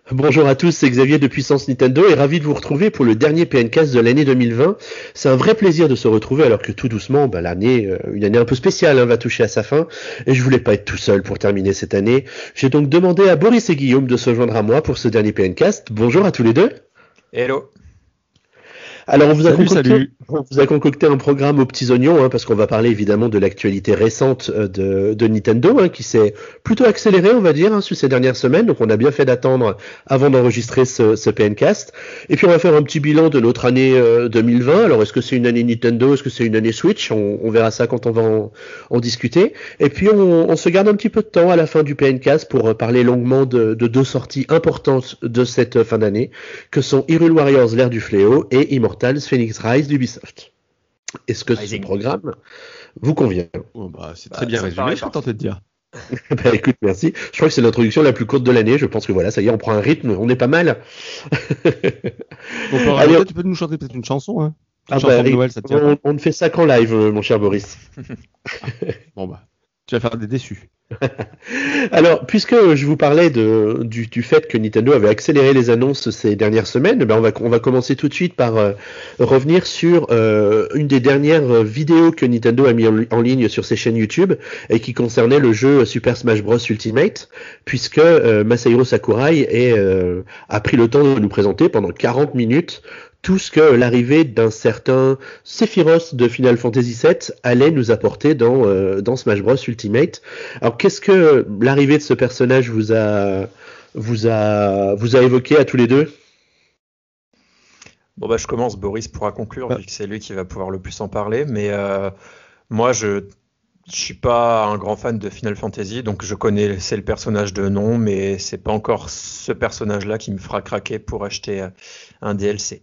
Bonjour à tous, c'est Xavier de Puissance Nintendo et ravi de vous retrouver pour le dernier PNcast de l'année 2020. C'est un vrai plaisir de se retrouver alors que tout doucement, l'année, une année un peu spéciale va toucher à sa fin et je voulais pas être tout seul pour terminer cette année. J'ai donc demandé à Boris et Guillaume de se joindre à moi pour ce dernier PNcast. Bonjour à tous les deux. Hello. Alors Salut. on vous a concocté un programme aux petits oignons parce qu'on va parler évidemment de l'actualité récente de Nintendo qui s'est plutôt accélérée on va dire sur ces dernières semaines, donc on a bien fait d'attendre avant d'enregistrer ce PNcast. Et puis on va faire un petit bilan de notre année 2020. Alors est-ce que c'est une année Nintendo, est-ce que c'est une année Switch, on verra ça quand on va en discuter. Et puis on se garde un petit peu de temps à la fin du PNcast pour parler longuement de deux sorties importantes de cette fin d'année que sont Hyrule Warriors l'ère du fléau et Immortals Phoenix Rise d'Ubisoft. Est-ce que ce programme vous convient? C'est très bien résumé, je suis tenté de dire. Écoute, merci. Je crois que c'est l'introduction la plus courte de l'année. Je pense que voilà, ça y est, on prend un rythme, on est pas mal. Allez, tu peux nous chanter peut-être une chanson, hein? Chanson de Noël, ça te tient. On ne fait ça qu'en live, mon cher Boris. Tu vas faire des déçus. Alors, puisque je vous parlais du fait que Nintendo avait accéléré les annonces ces dernières semaines, on va commencer tout de suite par revenir sur une des dernières vidéos que Nintendo a mis en ligne sur ses chaînes YouTube et qui concernait le jeu Super Smash Bros Ultimate, puisque Masahiro Sakurai a pris le temps de nous présenter pendant 40 minutes tout ce que l'arrivée d'un certain Sephiroth de Final Fantasy VII allait nous apporter dans Smash Bros Ultimate. Alors qu'est-ce que l'arrivée de ce personnage vous a évoqué à tous les deux? Bon je commence, Boris pourra conclure vu que c'est lui qui va pouvoir le plus en parler, mais moi je suis pas un grand fan de Final Fantasy, donc je connaissais le personnage de nom, mais c'est pas encore ce personnage-là qui me fera craquer pour acheter un DLC.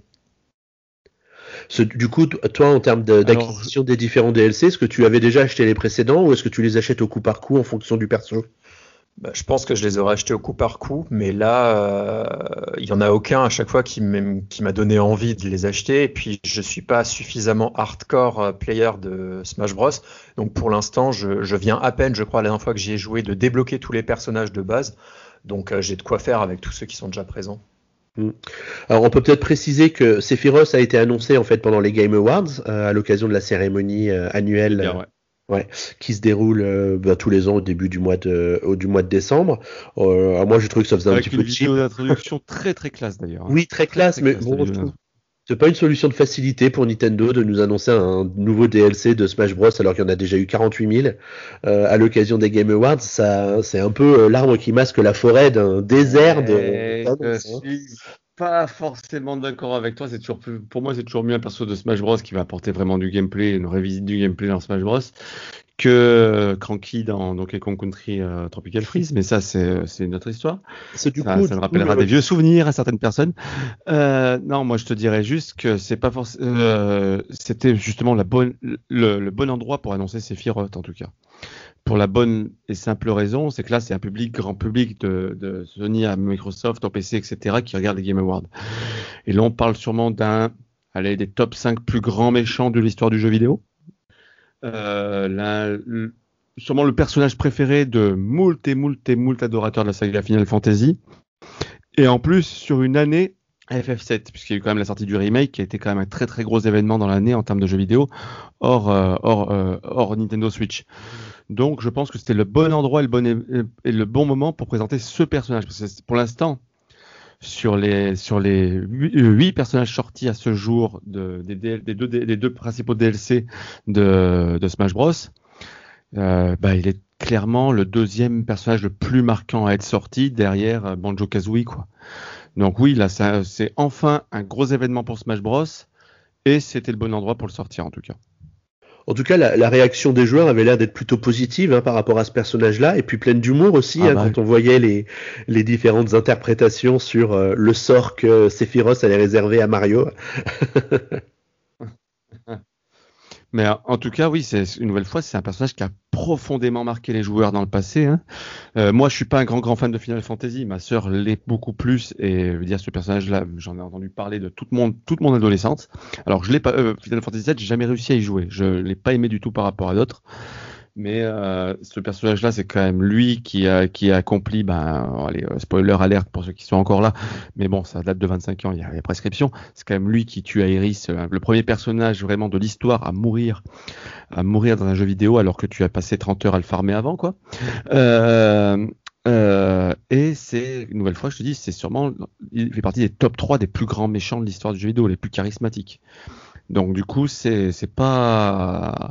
Du coup, toi, en termes d'acquisition des différents DLC, est-ce que tu avais déjà acheté les précédents ou est-ce que tu les achètes au coup par coup en fonction du perso? Je pense que je les aurais achetés au coup par coup, mais là, il y en a aucun à chaque fois qui m'a donné envie de les acheter. Et puis, je suis pas suffisamment hardcore player de Smash Bros. Donc, pour l'instant, je viens à peine, je crois, la dernière fois que j'y ai joué, de débloquer tous les personnages de base. Donc, j'ai de quoi faire avec tous ceux qui sont déjà présents. Alors on peut peut-être préciser que Sephiroth a été annoncé en fait pendant les Game Awards à l'occasion de la cérémonie annuelle qui se déroule tous les ans au début du mois de décembre. Moi je trouve que ça faisait un petit peu cheap. Une vidéo d'introduction très très classe d'ailleurs. Oui, très classe, mais bon, c'est pas une solution de facilité pour Nintendo de nous annoncer un nouveau DLC de Smash Bros alors qu'il y en a déjà eu 48 000 à l'occasion des Game Awards. Ça, c'est un peu l'arbre qui masque la forêt d'un désert Je suis pas forcément d'accord avec toi. Pour moi, c'est toujours mieux un perso de Smash Bros qui va apporter vraiment du gameplay, une révisite du gameplay dans Smash Bros que Cranky dans Donkey Kong Country Tropical Freeze, mais ça c'est une autre histoire. Ça me rappellera des vieux souvenirs à certaines personnes. Non, moi je te dirais juste que c'est pas forcément. C'était justement le bon endroit pour annoncer Sephiroth en tout cas. Pour la bonne et simple raison, c'est que là c'est un grand public de Sony à Microsoft, au PC, etc. qui regarde les Game Awards. Et là on parle sûrement des top 5 plus grands méchants de l'histoire du jeu vidéo. Sûrement le personnage préféré de moult adorateurs de la saga Final Fantasy, et en plus sur une année FF7, puisqu'il y a eu quand même la sortie du remake qui a été quand même un très très gros événement dans l'année en termes de jeux vidéo hors Nintendo Switch. Donc je pense que c'était le bon endroit et le bon moment pour présenter ce personnage, parce que pour l'instant sur les 8 personnages sortis à ce jour des deux principaux DLC de Smash Bros, il est clairement le deuxième personnage le plus marquant à être sorti derrière Banjo-Kazooie, quoi. Donc oui, là c'est enfin un gros événement pour Smash Bros et c'était le bon endroit pour le sortir en tout cas. En tout cas, la réaction des joueurs avait l'air d'être plutôt positive par rapport à ce personnage-là, et puis pleine d'humour aussi, quand on voyait les différentes interprétations sur le sort que Sephiroth allait réserver à Mario. Mais en tout cas, oui, une nouvelle fois, c'est un personnage qui a profondément marqué les joueurs dans le passé. Moi, je suis pas un grand fan de Final Fantasy. Ma sœur l'est beaucoup plus. Et je veux dire, ce personnage-là, j'en ai entendu parler de toute mon adolescence. Alors, je l'ai pas Final Fantasy VII, j'ai jamais réussi à y jouer. Je l'ai pas aimé du tout par rapport à d'autres. mais ce personnage-là, c'est quand même lui qui a accompli, allez, spoiler alerte pour ceux qui sont encore là, mais bon, ça date de 25 ans, il y a prescription. C'est quand même lui qui tue Aerys, le premier personnage vraiment de l'histoire à mourir dans un jeu vidéo alors que tu as passé 30 heures à le farmer avant, quoi. Et c'est, une nouvelle fois, je te dis, il fait partie des top 3 des plus grands méchants de l'histoire du jeu vidéo, les plus charismatiques. Donc du coup, c'est pas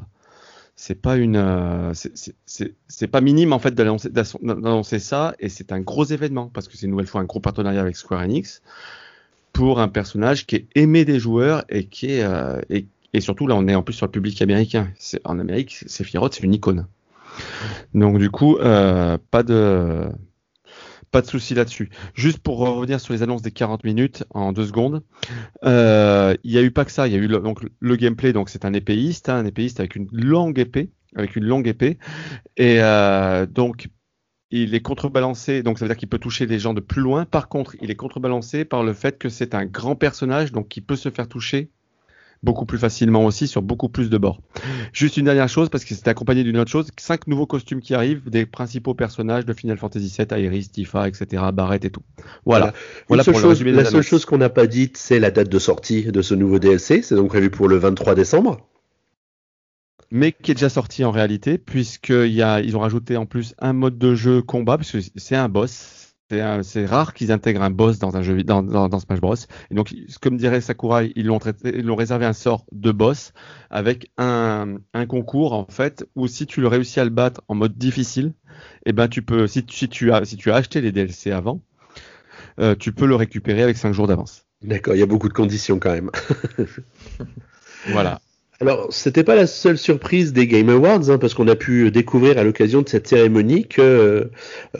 minime en fait d'annoncer ça, et c'est un gros événement parce que c'est une nouvelle fois un gros partenariat avec Square Enix pour un personnage qui est aimé des joueurs et qui est et surtout là on est en plus sur le public américain. En Amérique, Sephiroth, c'est une icône. Donc du coup, pas de souci là-dessus. Juste pour revenir sur les annonces des 40 minutes en 2 secondes, il y a eu pas que ça, il y a eu le gameplay, donc c'est un épéiste avec une longue épée, et donc il est contrebalancé, donc ça veut dire qu'il peut toucher les gens de plus loin. Par contre, il est contrebalancé par le fait que c'est un grand personnage, donc qui peut se faire toucher beaucoup plus facilement aussi sur beaucoup plus de bords. Juste une dernière chose, parce que c'est accompagné d'une autre chose, 5 nouveaux costumes qui arrivent, des principaux personnages de Final Fantasy VII, Aerys, Tifa, etc., Barrett et tout. Voilà pour le résumé des annonces. La seule chose qu'on n'a pas dite, c'est la date de sortie de ce nouveau DLC, c'est donc prévu pour le 23 décembre. Mais qui est déjà sorti en réalité, puisqu'ils ont rajouté en plus un mode de jeu combat, parce que c'est un boss. C'est rare qu'ils intègrent un boss dans un jeu dans Smash Bros. Et donc, comme dirait Sakurai, ils l'ont réservé un sort de boss avec un concours en fait où si tu le réussis à le battre en mode difficile, et ben tu peux, si tu as acheté les DLC avant, tu peux le récupérer avec 5 jours d'avance. D'accord, il y a beaucoup de conditions quand même. Voilà. Alors, c'était pas la seule surprise des Game Awards, parce qu'on a pu découvrir à l'occasion de cette cérémonie que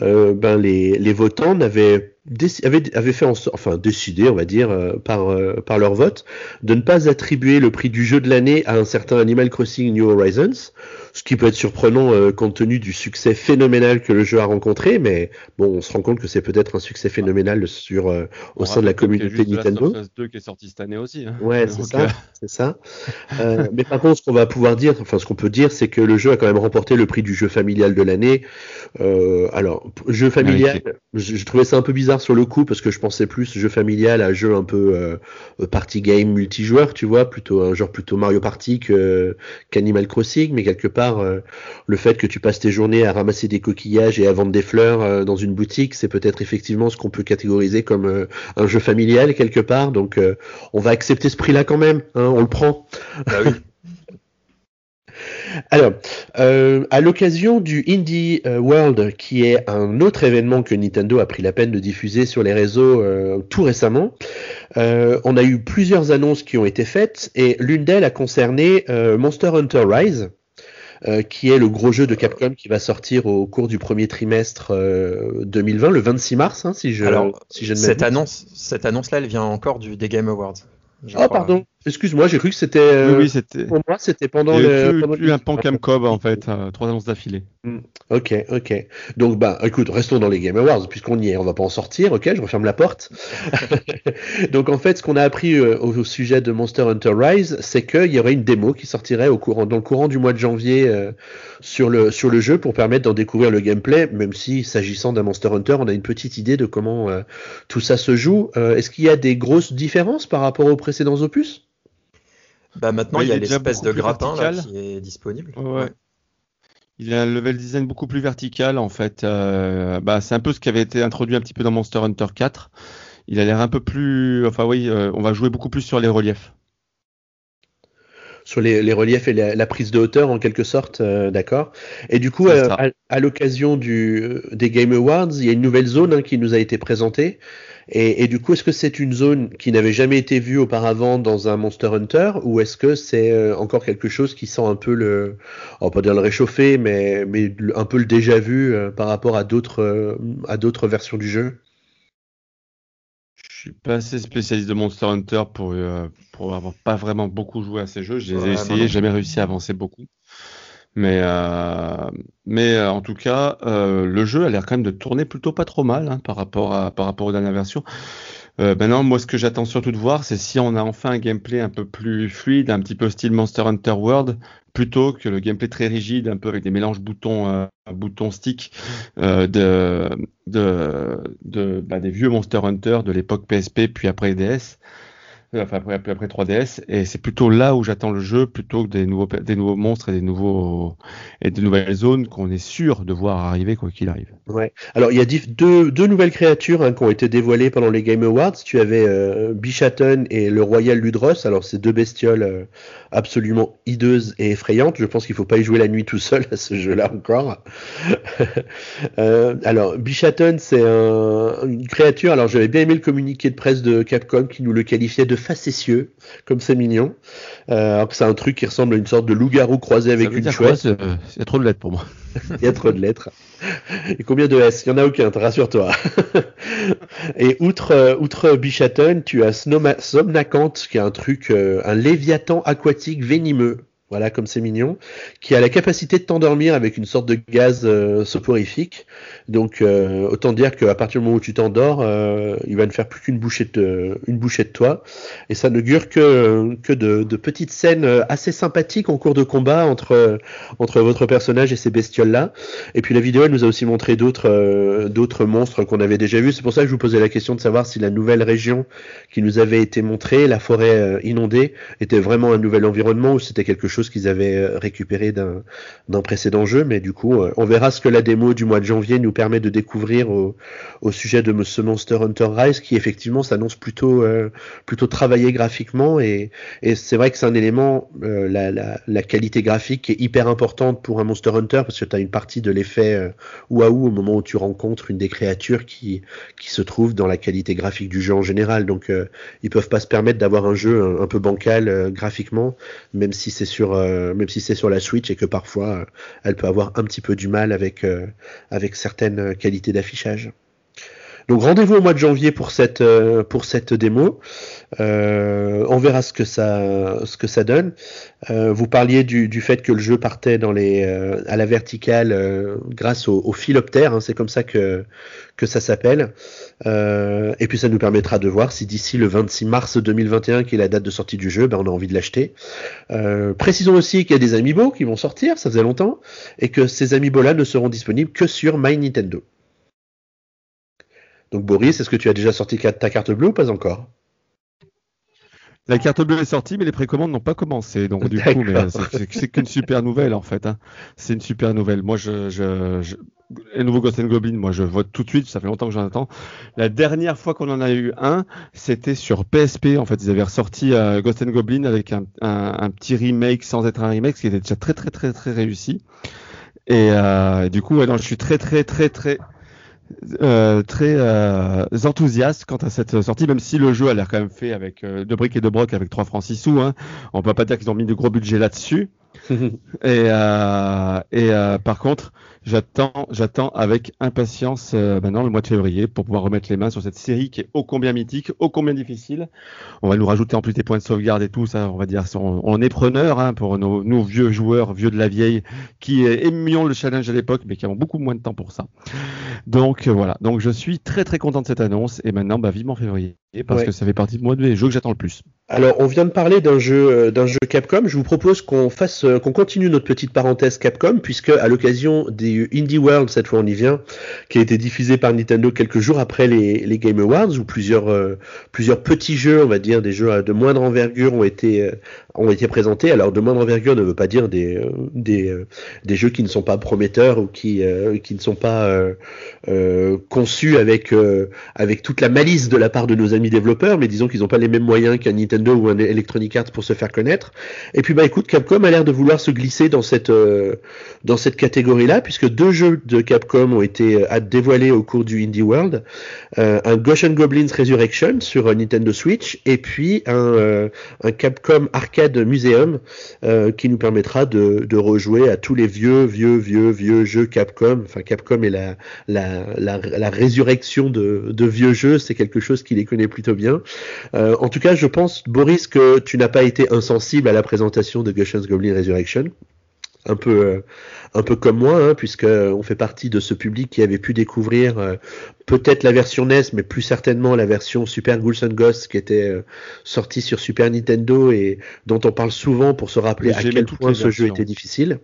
les votants avaient décidé, on va dire, par leur vote, de ne pas attribuer le prix du jeu de l'année à un certain Animal Crossing New Horizons, ce qui peut être surprenant compte tenu du succès phénoménal que le jeu a rencontré, mais bon, on se rend compte que c'est peut-être un succès phénoménal au sein de la communauté Nintendo. The Last of Us 2 qui est sorti cette année aussi. Hein. Ouais, c'est ça. Mais par contre, ce qu'on peut dire, c'est que le jeu a quand même remporté le prix du jeu familial de l'année. Alors, jeu familial, je trouvais ça un peu bizarre sur le coup parce que je pensais plus jeu familial à jeu un peu party game multijoueur, tu vois, un genre plutôt Mario Party qu'Animal Crossing, mais quelque part le fait que tu passes tes journées à ramasser des coquillages et à vendre des fleurs dans une boutique, c'est peut-être effectivement ce qu'on peut catégoriser comme un jeu familial quelque part, donc on va accepter ce prix-là quand même, hein, on le prend. Bah oui. Alors, à l'occasion du Indie World, qui est un autre événement que Nintendo a pris la peine de diffuser sur les réseaux tout récemment, on a eu plusieurs annonces qui ont été faites, et l'une d'elles a concerné Monster Hunter Rise, qui est le gros jeu de Capcom qui va sortir au cours du premier trimestre 2020, le 26 mars, hein, si je ne m'abuse. Cette annonce-là, elle vient encore des Game Awards. Pardon. Excuse-moi, j'ai cru que c'était. Oui, c'était. Pour moi, c'était pendant le. Un pan Camcob en fait, 3 annonces d'affilée. Ok. Donc, écoute, restons dans les Game Awards puisqu'on y est. On va pas en sortir. Ok, je referme la porte. Donc, en fait, ce qu'on a appris au sujet de Monster Hunter Rise, c'est qu'il y aurait une démo qui sortirait dans le courant du mois de janvier sur le jeu pour permettre d'en découvrir le gameplay. Même si, s'agissant d'un Monster Hunter, on a une petite idée de comment tout ça se joue. Est-ce qu'il y a des grosses différences par rapport aux précédents opus? Maintenant, il y a l'espèce de grappin là, qui est disponible. Ouais. Il a un level design beaucoup plus vertical en fait. C'est un peu ce qui avait été introduit un petit peu dans Monster Hunter 4. Il a l'air un peu plus. On va jouer beaucoup plus sur les reliefs. Sur les reliefs et la prise de hauteur en quelque sorte, d'accord. Et du coup, à l'occasion des Game Awards, il y a une nouvelle zone qui nous a été présentée. Et du coup, est-ce que c'est une zone qui n'avait jamais été vue auparavant dans un Monster Hunter, ou est-ce que c'est encore quelque chose qui sent un peu on va pas dire le réchauffé, mais un peu le déjà vu par rapport à d'autres versions du jeu? Je suis pas assez spécialiste de Monster Hunter pour avoir pas vraiment beaucoup joué à ces jeux. Je les ai essayés, jamais réussi à avancer beaucoup. Mais en tout cas, le jeu a l'air quand même de tourner plutôt pas trop mal par rapport aux dernières versions. Maintenant, moi, ce que j'attends surtout de voir, c'est si on a enfin un gameplay un peu plus fluide, un petit peu style Monster Hunter World, plutôt que le gameplay très rigide, un peu avec des mélanges boutons stick des vieux Monster Hunter de l'époque PSP, puis après DS. Enfin après 3DS, et c'est plutôt là où j'attends le jeu plutôt que des nouveaux monstres et des nouvelles zones qu'on est sûr de voir arriver quoi qu'il arrive. Ouais. Alors il y a deux nouvelles créatures qui ont été dévoilées pendant les Game Awards. Tu avais Bishaten et le Royal Ludros. Alors c'est deux bestioles absolument hideuses et effrayantes. Je pense qu'il faut pas y jouer la nuit tout seul à ce jeu-là encore. Alors Bishaten, c'est une créature. Alors j'avais bien aimé le communiqué de presse de Capcom qui nous le qualifiait de facétieux, comme c'est mignon. Alors que c'est un truc qui ressemble à une sorte de loup-garou croisé avec une chouette. Il y a trop de lettres pour moi. Il y a trop de lettres. Et combien de S? Il n'y en a aucun, rassure-toi. Et outre Bishaten, tu as Somnacante, qui est un truc, un léviathan aquatique venimeux. Voilà, comme c'est mignon, qui a la capacité de t'endormir avec une sorte de gaz soporifique. Donc, autant dire qu'à partir du moment où tu t'endors, il va ne faire plus qu'une bouchée de toi. Et ça n'augure que de petites scènes assez sympathiques en cours de combat entre votre personnage et ces bestioles-là. Et puis la vidéo, elle nous a aussi montré d'autres monstres qu'on avait déjà vus. C'est pour ça que je vous posais la question de savoir si la nouvelle région qui nous avait été montrée, la forêt inondée, était vraiment un nouvel environnement ou c'était quelque chose qu'ils avaient récupéré d'un précédent jeu, mais du coup on verra ce que la démo du mois de janvier nous permet de découvrir au sujet de ce Monster Hunter Rise qui effectivement s'annonce plutôt travaillé graphiquement et c'est vrai que c'est un élément, la qualité graphique qui est hyper importante pour un Monster Hunter parce que tu as une partie de l'effet waouh au moment où tu rencontres une des créatures qui se trouve dans la qualité graphique du jeu en général, donc ils peuvent pas se permettre d'avoir un jeu un peu bancal graphiquement, même si c'est sur la Switch et que parfois elle peut avoir un petit peu du mal avec certaines qualités d'affichage. Donc rendez-vous au mois de janvier pour cette démo. On verra ce que ça donne. Vous parliez du fait que le jeu partait à la verticale grâce au philoptère, c'est comme ça que ça s'appelle. Et puis ça nous permettra de voir si d'ici le 26 mars 2021, qui est la date de sortie du jeu, on a envie de l'acheter. Précisons aussi qu'il y a des amiibo qui vont sortir, ça faisait longtemps, et que ces amiibo-là ne seront disponibles que sur My Nintendo. Donc Boris, est-ce que tu as déjà sorti ta carte bleue ou pas encore? La carte bleue est sortie, mais les précommandes n'ont pas commencé. Donc du coup, c'est qu'une super nouvelle en fait. C'est une super nouvelle. Moi, les nouveaux Ghost 'n Goblins, moi je vote tout de suite. Ça fait longtemps que j'en attends. La dernière fois qu'on en a eu un, c'était sur PSP. En fait, ils avaient ressorti Ghost 'n Goblins avec un petit remake sans être un remake, ce qui était déjà très très très très réussi. Et du coup, je suis très enthousiaste quant à cette sortie, même si le jeu a l'air quand même fait avec de briques et de broc avec 3 francs 6 sous. On peut pas dire qu'ils ont mis de gros budget là-dessus. et par contre, j'attends avec impatience maintenant le mois de février pour pouvoir remettre les mains sur cette série qui est ô combien mythique, ô combien difficile. On va nous rajouter en plus des points de sauvegarde et tout ça. On va dire, on est preneurs pour nos vieux joueurs, vieux de la vieille, qui aimions le challenge à l'époque, mais qui avons beaucoup moins de temps pour ça. Donc voilà. Donc je suis très très content de cette annonce et maintenant vivement février parce que ça fait partie de moi des jeux que j'attends le plus. Alors, on vient de parler d'un jeu Capcom. Je vous propose qu'on continue notre petite parenthèse Capcom, puisque à l'occasion des Indie World, cette fois on y vient, qui a été diffusé par Nintendo quelques jours après les Game Awards, où plusieurs petits jeux, on va dire, des jeux de moindre envergure ont été présentés. Alors, de moindre envergure ne veut pas dire des jeux qui ne sont pas prometteurs ou qui ne sont pas conçus avec toute la malice de la part de nos amis développeurs, mais disons qu'ils n'ont pas les mêmes moyens qu'un Nintendo ou un Electronic Arts pour se faire connaître. Et puis écoute, Capcom a l'air de vouloir se glisser dans cette catégorie-là, puisque 2 jeux de Capcom ont été dévoilés au cours du Indie World, un Ghost 'n Goblins Resurrection sur Nintendo Switch, et puis un Capcom Arcade Museum qui nous permettra de rejouer à tous les vieux jeux Capcom. Enfin, Capcom est la résurrection de vieux jeux, c'est quelque chose qui les connaît plutôt bien. En tout cas, je pense, Boris, que tu n'as pas été insensible à la présentation de Ghost 'n Goblins Resurrection. un peu comme moi, hein, puisque on fait partie de ce public qui avait pu découvrir peut-être la version NES, mais plus certainement la version Super Ghouls and Ghosts qui était sortie sur Super Nintendo et dont on parle souvent pour se rappeler à quel point ce jeu était difficile.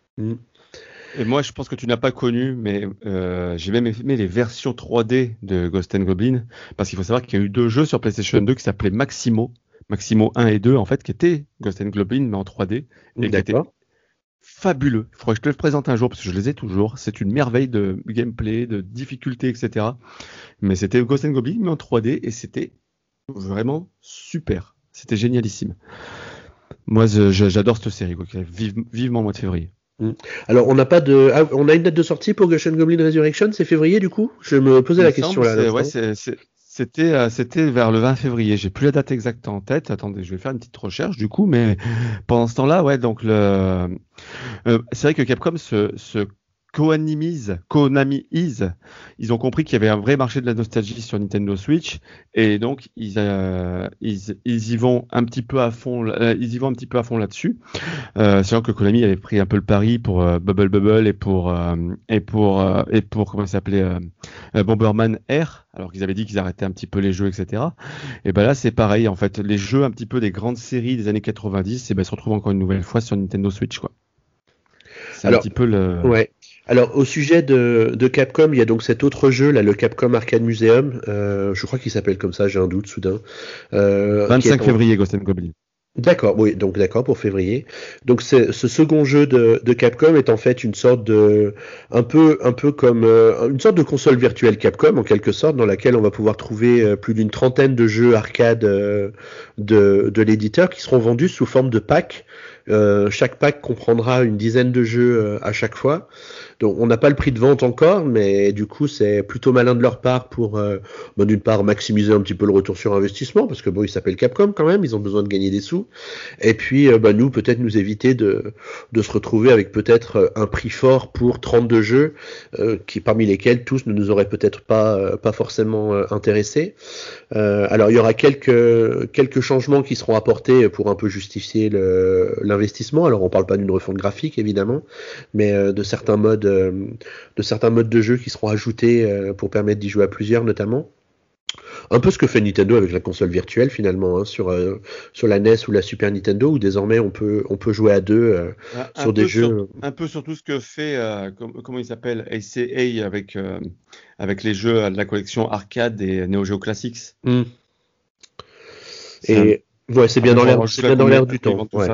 Et moi, je pense que tu n'as pas connu, mais j'ai même aimé les versions 3D de Ghost and Goblin, parce qu'il faut savoir qu'il y a eu 2 jeux sur PlayStation 2 qui s'appelaient Maximo 1 et 2, en fait, qui étaient Ghost and Goblin, mais en 3D, et qui étaient fabuleux. Il faudrait que je te le présente un jour, parce que je les ai toujours. C'est une merveille de gameplay, de difficulté, etc. Mais c'était Ghost and Goblin, mais en 3D, et c'était vraiment super. C'était génialissime. Moi, j'adore cette série, quoi. Vivement au mois de février. Alors, on n'a pas on a une date de sortie pour Ghost and Goblin Resurrection, c'est février du coup? Je me posais la question là. C'était vers le 20 février. J'ai plus la date exacte en tête. Attendez, je vais faire une petite recherche du coup, mais pendant ce temps-là, ouais, donc c'est vrai que Capcom se Konamiise. Ils ont compris qu'il y avait un vrai marché de la nostalgie sur Nintendo Switch, et donc ils y vont un petit peu à fond. Ils y vont un petit peu à fond là-dessus. Sachant que Konami avait pris un peu le pari pour Bubble Bubble et pour comment ça s'appelait, Bomberman Air, alors qu'ils avaient dit qu'ils arrêtaient un petit peu les jeux, etc. Et ben là c'est pareil en fait, les jeux un petit peu des grandes séries des années 90, et ben se retrouvent encore une nouvelle fois sur Nintendo Switch, quoi. C'est un petit peu le. Ouais. Alors au sujet de Capcom, il y a donc cet autre jeu là, le Capcom Arcade Museum. Je crois qu'il s'appelle comme ça, j'ai un doute soudain. 25 février, Ghost and Goblin. D'accord, oui, donc d'accord pour février. Donc ce second jeu de Capcom est en fait une sorte de un peu comme une sorte de console virtuelle Capcom en quelque sorte, dans laquelle on va pouvoir trouver plus d'une trentaine de jeux arcade de l'éditeur qui seront vendus sous forme de pack. Chaque pack comprendra une dizaine de jeux à chaque fois. Donc on n'a pas le prix de vente encore, mais du coup c'est plutôt malin de leur part pour d'une part maximiser un petit peu le retour sur investissement, parce que bon, ils s'appellent Capcom quand même, ils ont besoin de gagner des sous, et puis nous peut-être nous éviter de se retrouver avec peut-être un prix fort pour 32 jeux qui parmi lesquels tous ne nous auraient peut-être pas forcément intéressés. Alors il y aura quelques changements qui seront apportés pour un peu justifier l'investissement. Alors on parle pas d'une refonte graphique évidemment, mais de certains modes de jeu qui seront ajoutés pour permettre d'y jouer à plusieurs notamment. Un peu ce que fait Nintendo avec la console virtuelle finalement, hein, sur la NES ou la Super Nintendo, où désormais on peut jouer à deux sur des jeux. Un peu sur tout ce que fait, comment il s'appelle, ACA avec les jeux de la collection arcade et Neo Geo Classics. Et ouais, c'est bien dans l'air du temps. Ouais.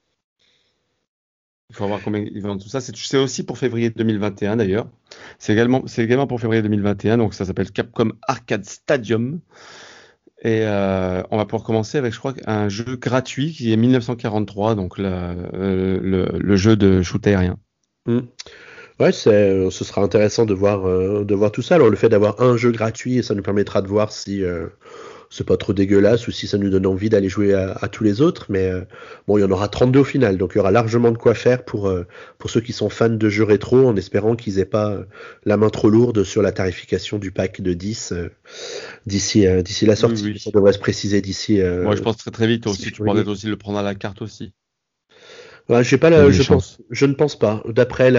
Il faut voir combien ils vendent tout ça. C'est aussi pour février 2021 d'ailleurs. C'est également pour février 2021. Donc ça s'appelle Capcom Arcade Stadium. Et on va pouvoir commencer avec, je crois, un jeu gratuit qui est 1943, donc le jeu de shoot aérien. Ouais, ce sera intéressant de voir tout ça. Alors le fait d'avoir un jeu gratuit, ça nous permettra de voir si c'est pas trop dégueulasse ou si ça nous donne envie d'aller jouer à tous les autres, mais bon, il y en aura 32 au final, donc il y aura largement de quoi faire pour ceux qui sont fans de jeux rétro, en espérant qu'ils aient pas la main trop lourde sur la tarification du pack de 10 d'ici la sortie. Oui. Ça devrait se préciser d'ici. Moi, je pense très vite aussi. Tu pourrais aussi le prendre à la carte aussi. Ouais, je ne pense pas. D'après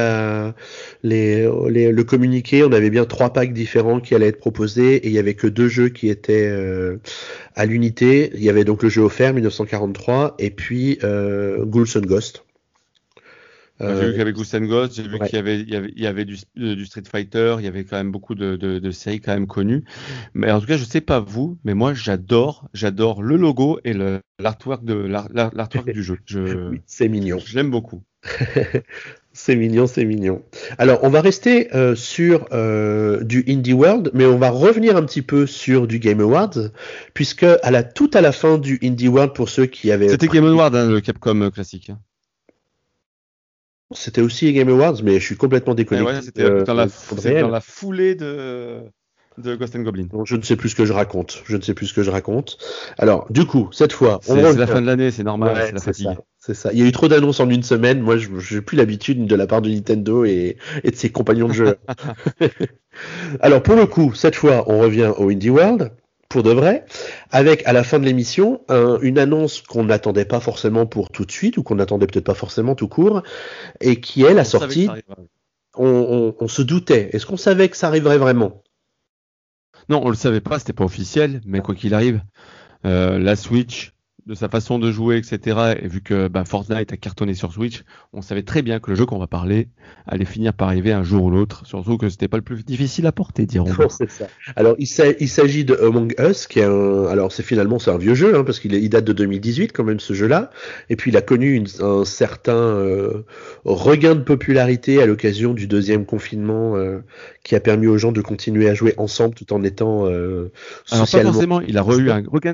le communiqué, on avait bien 3 packs différents qui allaient être proposés, et il y avait que 2 jeux qui étaient à l'unité. Il y avait donc le jeu offert 1943 et puis Ghouls and Ghosts. J'ai vu qu'il y avait Ghosts and Ghosts, j'ai vu qu'il y avait du Street Fighter, il y avait quand même beaucoup de séries quand même connues. Mais en tout cas, je sais pas vous, mais moi j'adore le logo et l'artwork du jeu. Oui, c'est mignon. Je l'aime beaucoup. C'est mignon. Alors, on va rester sur du Indie World, mais on va revenir un petit peu sur du Game Awards, puisque tout à la fin du Indie World, pour ceux qui avaient... C'était Game Awards, hein, le Capcom classique. C'était aussi Game Awards, mais je suis complètement déconnecté. Ouais, c'était dans la foulée de Ghost and Goblin. Donc, je ne sais plus ce que je raconte. Alors, du coup, cette fois... C'est la fin de l'année, c'est normal, c'est la fatigue. C'est ça. Il y a eu trop d'annonces en une semaine. Moi, je n'ai plus l'habitude de la part de Nintendo et de ses compagnons de jeu. Alors, pour le coup, cette fois, on revient au Indie World. pour de vrai, avec à la fin de l'émission une annonce qu'on n'attendait pas forcément pour tout de suite, ou qu'on n'attendait peut-être pas forcément tout court, et qui est la sortie. On se doutait. Est-ce qu'on savait que ça arriverait vraiment? Non, on le savait pas, c'était pas officiel, mais quoi qu'il arrive, la Switch, de sa façon de jouer, etc., et vu que Fortnite a cartonné sur Switch, on savait très bien que le jeu qu'on va parler allait finir par arriver un jour ou l'autre, surtout que c'était pas le plus difficile à porter, dirons-nous. C'est ça. Alors, il s'agit de Among Us, qui est alors c'est un vieux jeu, hein, parce qu'il date de 2018 quand même, ce jeu-là, et puis il a connu un certain regain de popularité à l'occasion du deuxième confinement, qui a permis aux gens de continuer à jouer ensemble tout en étant Alors socialement. pas forcément, il a eu un regain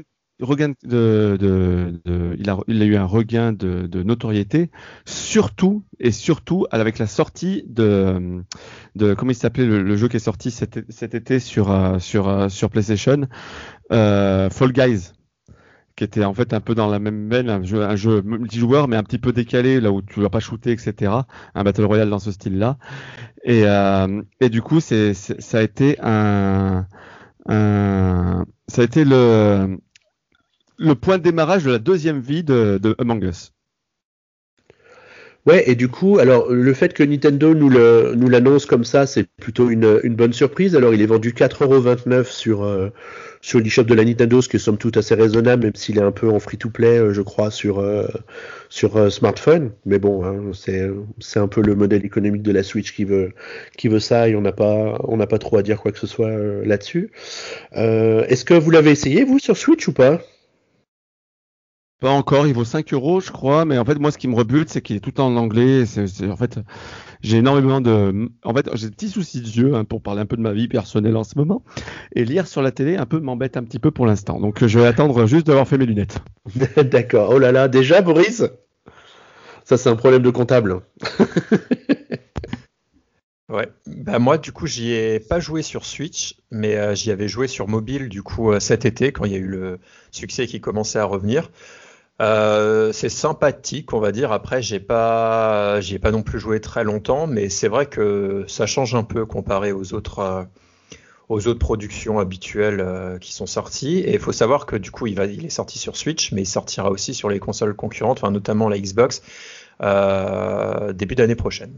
il a eu un regain de notoriété, surtout avec la sortie de comment il s'appelait le jeu qui est sorti cet été sur PlayStation, Fall Guys, qui était en fait un peu dans la même veine, un jeu multijoueur mais un petit peu décalé, là où tu vas pas shooter, etc. Un battle royale dans ce style-là. Et du coup, ça a été le point de démarrage de la deuxième vie de Among Us. Ouais, et du coup, alors le fait que Nintendo nous l'annonce comme ça, c'est plutôt une bonne surprise. Alors il est vendu 4,29€ sur l'eShop de la Nintendo, ce qui est somme toute assez raisonnable, même s'il est un peu en free-to-play, je crois, sur smartphone. Mais bon, hein, c'est un peu le modèle économique de la Switch qui veut ça, et on n'a pas trop à dire quoi que ce soit là-dessus. Est-ce que vous l'avez essayé, vous, sur Switch ou pas? Pas encore, il vaut 5€, je crois, mais en fait, moi, ce qui me rebute, c'est qu'il est tout en anglais. En fait, j'ai énormément j'ai des petits soucis de yeux, hein, pour parler un peu de ma vie personnelle en ce moment. Et lire sur la télé m'embête un petit peu pour l'instant. Donc, je vais attendre juste d'avoir fait mes lunettes. D'accord. Oh là là, déjà, Boris? Ça, c'est un problème de comptable. Ouais, moi du coup j'y ai pas joué sur Switch, mais j'y avais joué sur mobile du coup cet été quand il y a eu le succès qui commençait à revenir. C'est sympathique, on va dire. Après, j'y ai pas non plus joué très longtemps, mais c'est vrai que ça change un peu comparé aux autres productions habituelles qui sont sorties. Et il faut savoir que du coup il est sorti sur Switch, mais il sortira aussi sur les consoles concurrentes, enfin notamment la Xbox, début d'année prochaine.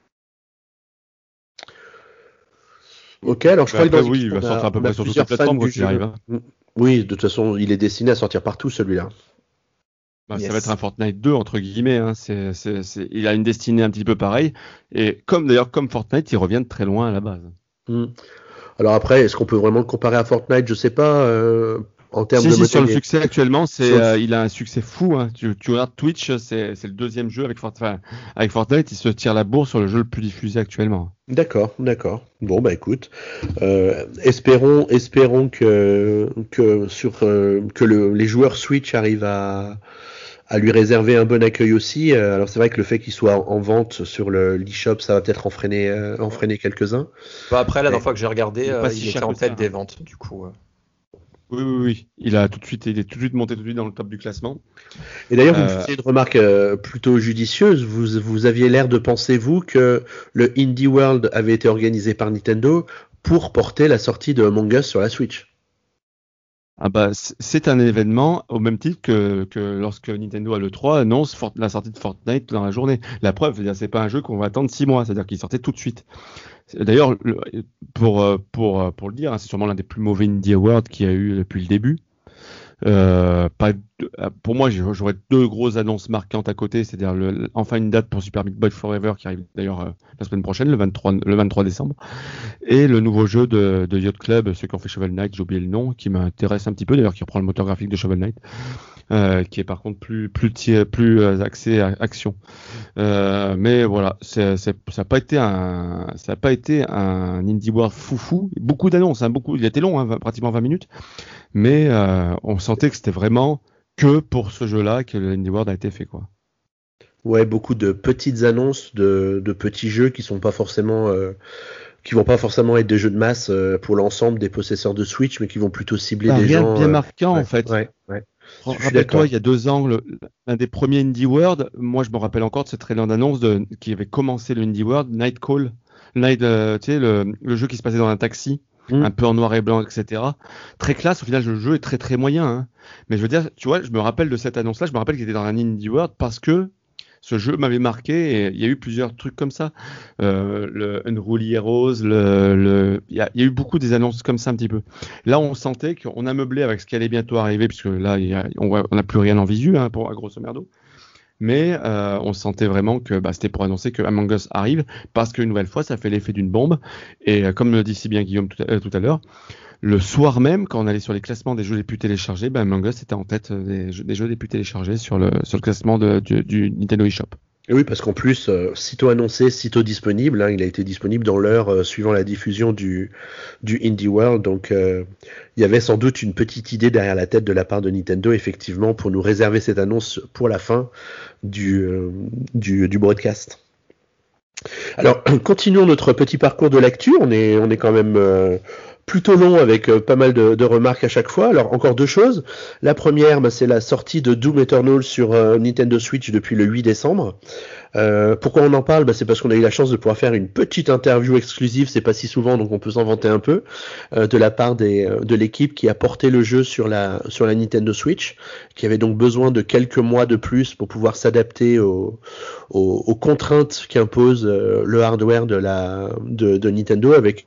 Ok, alors je crois que oui, il va sortir à peu près sur toutes les plateformes quand il arrive. Hein. Oui, de toute façon, il est destiné à sortir partout, celui-là. Yes. Ça va être un Fortnite 2 entre guillemets. Hein. Il a une destinée un petit peu pareille. Et comme Fortnite, il revient de très loin à la base. Alors après, est-ce qu'on peut vraiment le comparer à Fortnite? Je sais pas. En termes de sur le succès actuellement, il a un succès fou. Hein. Tu regardes Twitch, c'est le deuxième jeu avec Fortnite, il se tire la bourre sur le jeu le plus diffusé actuellement. D'accord. Bon bah écoute, espérons que les joueurs Switch arrivent à lui réserver un bon accueil aussi. Alors c'est vrai que le fait qu'il soit en vente sur l'eShop, ça va peut-être en freiner quelques-uns. Après, la dernière fois que j'ai regardé, il était en tête des ventes, du coup. Oui. Il est tout de suite monté dans le top du classement. Et d'ailleurs, vous me faisiez une remarque plutôt judicieuse. Vous aviez l'air de penser, vous, que le Indie World avait été organisé par Nintendo pour porter la sortie de Among Us sur la Switch. C'est un événement au même titre que lorsque Nintendo à l'E3 annonce la sortie de Fortnite dans la journée. La preuve, c'est pas un jeu qu'on va attendre 6 mois, c'est-à-dire qu'il sortait tout de suite. D'ailleurs, pour le dire, hein, c'est sûrement l'un des plus mauvais Indie Awards qu'il y a eu depuis le début. Pour moi, j'aurais deux grosses annonces marquantes à côté, c'est-à-dire enfin une date pour Super Meat Boy Forever qui arrive d'ailleurs la semaine prochaine, le 23 décembre, et le nouveau jeu de Yacht Club, ceux qui ont fait Shovel Knight, j'ai oublié le nom, qui m'intéresse un petit peu, d'ailleurs qui reprend le moteur graphique de Shovel Knight, qui est par contre plus axé à action. Mais voilà, ça n'a pas été un Indie World foufou, beaucoup d'annonces, hein, il était long, hein, pratiquement 20 minutes. Mais on sentait que c'était vraiment que pour ce jeu-là que le Indie World a été fait, quoi. Ouais, beaucoup de petites annonces de petits jeux qui vont pas forcément être des jeux de masse pour l'ensemble des possesseurs de Switch, mais qui vont plutôt cibler des gens. Bien marquant en fait. Ouais. Rappelle-toi, il y a 2 ans, l'un des premiers Indie World, moi je me rappelle encore de ce trailer d'annonce qui avait commencé le Indie World, Night Call, le jeu qui se passait dans un taxi. un peu en noir et blanc, etc. Très classe. Au final, le jeu est très très moyen. Hein. Mais je veux dire, tu vois, je me rappelle de cette annonce-là. Je me rappelle qu'il était dans un Indie World parce que ce jeu m'avait marqué et il y a eu plusieurs trucs comme ça. Le Unruly Heroes, il y a eu beaucoup des annonces comme ça un petit peu. Là, on sentait qu'on a meublé avec ce qui allait bientôt arriver, puisque là, on n'a plus rien en visu, hein, à grosso merdo. Mais on sentait vraiment que c'était pour annoncer que Among Us arrive, parce qu'une nouvelle fois, ça fait l'effet d'une bombe. Et comme le dit si bien Guillaume tout à l'heure, le soir même, quand on allait sur les classements des jeux les plus téléchargés, Among Us était en tête des jeux les plus téléchargés sur le classement du Nintendo eShop. Et oui, parce qu'en plus, sitôt annoncé, sitôt disponible, hein, il a été disponible dans l'heure suivant la diffusion du Indie World. Donc, il y avait sans doute une petite idée derrière la tête de la part de Nintendo, effectivement, pour nous réserver cette annonce pour la fin du broadcast. Alors, continuons notre petit parcours de l'actu. On est quand même plutôt long avec pas mal de remarques à chaque fois. Alors, encore deux choses. La première, c'est la sortie de Doom Eternal sur Nintendo Switch depuis le 8 décembre. Pourquoi on en parle? C'est parce qu'on a eu la chance de pouvoir faire une petite interview exclusive, c'est pas si souvent, donc on peut s'en vanter un peu, de la part de l'équipe qui a porté le jeu sur la Nintendo Switch, qui avait donc besoin de quelques mois de plus pour pouvoir s'adapter aux contraintes qu'impose le hardware de Nintendo, avec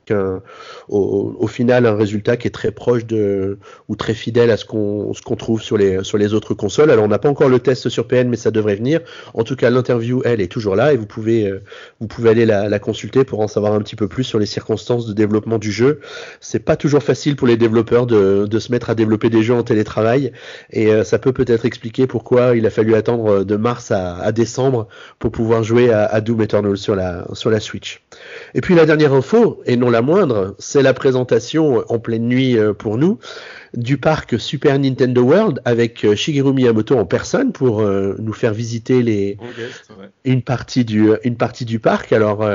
au final un résultat qui est très proche ou très fidèle à ce qu'on trouve sur les autres consoles. Alors on n'a pas encore le test sur PN, mais ça devrait venir. En tout cas, l'interview, elle, est toujours là et vous pouvez aller la consulter pour en savoir un petit peu plus sur les circonstances de développement du jeu. C'est pas toujours facile pour les développeurs de se mettre à développer des jeux en télétravail, et ça peut-être expliquer pourquoi il a fallu attendre de mars à décembre pour pouvoir jouer à Doom Eternal sur la Switch. Et puis la dernière info, et non la moindre, c'est la présentation en pleine nuit pour nous du parc Super Nintendo World avec Shigeru Miyamoto en personne pour nous faire visiter une partie du parc. Alors,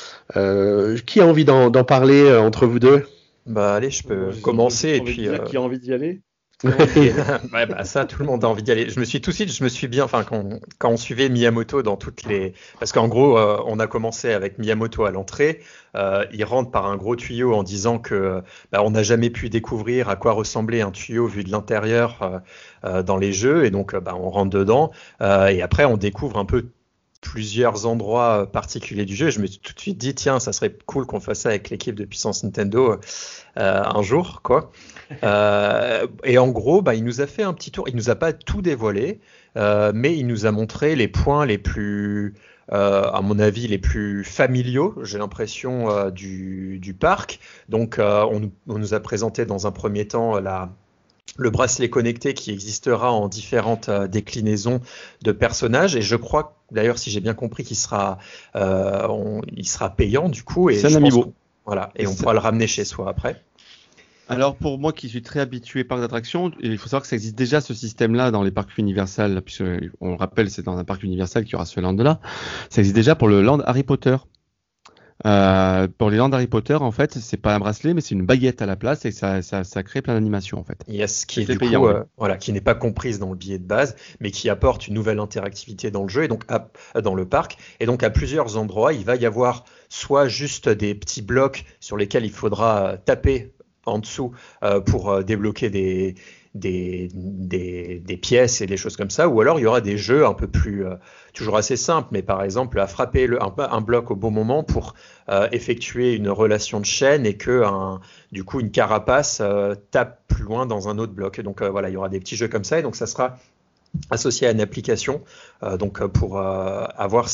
qui a envie d'en parler entre vous deux? Allez, je peux commencer. Et puis, qui a envie d'y aller? Ouais, ça, tout le monde a envie d'y aller. Je me suis bien, quand on suivait Miyamoto dans parce qu'en gros, on a commencé avec Miyamoto à l'entrée. Il rentre par un gros tuyau en disant que on n'a jamais pu découvrir à quoi ressemblait un tuyau vu de l'intérieur dans les jeux, et donc on rentre dedans et après on découvre un peu plusieurs endroits particuliers du jeu. Je me suis tout de suite dit, tiens, ça serait cool qu'on fasse ça avec l'équipe de Puissance Nintendo un jour, quoi. Et en gros, il nous a fait un petit tour. Il nous a pas tout dévoilé, mais il nous a montré les points les plus, à mon avis, les plus familiaux, j'ai l'impression, du parc. Donc, on nous a présenté dans un premier temps le bracelet connecté qui existera en différentes déclinaisons de personnages, et je crois d'ailleurs, si j'ai bien compris, qu'il sera payant du coup, et c'est un amiibo. Voilà, et on pourra le ramener chez soi après. Alors pour moi qui suis très habitué parc d'attractions, il faut savoir que ça existe déjà ce système-là dans les parcs Universal, puisque on le rappelle, c'est dans un parc Universal qu'il y aura ce land-là. Ça existe déjà pour le land Harry Potter. Pour les Land Harry Potter, en fait, c'est pas un bracelet, mais c'est une baguette à la place, et ça crée plein d'animations, en fait. Yes, qui est du payant, coup, qui n'est pas comprise dans le billet de base, mais qui apporte une nouvelle interactivité dans le jeu, et donc dans le parc. Et donc à plusieurs endroits, il va y avoir soit juste des petits blocs sur lesquels il faudra taper en dessous pour débloquer des pièces et des choses comme ça, ou alors il y aura des jeux un peu plus toujours assez simples, mais par exemple à frapper un bloc au bon moment pour effectuer une relation de chaîne, et que du coup une carapace tape plus loin dans un autre bloc. Et donc voilà, il y aura des petits jeux comme ça, et donc ça sera associé à une application donc pour avoir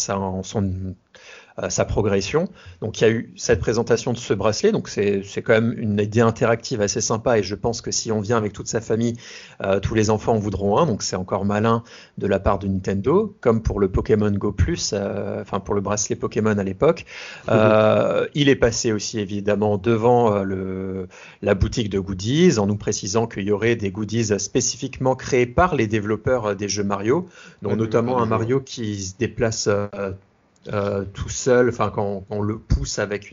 sa progression. Donc il y a eu cette présentation de ce bracelet, donc c'est quand même une idée interactive assez sympa, et je pense que si on vient avec toute sa famille, tous les enfants en voudront un, donc c'est encore malin de la part de Nintendo, comme pour le Pokémon Go Plus, pour le bracelet Pokémon à l'époque. Il est passé aussi évidemment devant la boutique de goodies, en nous précisant qu'il y aurait des goodies spécifiquement créés par les développeurs des jeux Mario, dont notamment un Mario qui se déplace tout seul, quand on le pousse avec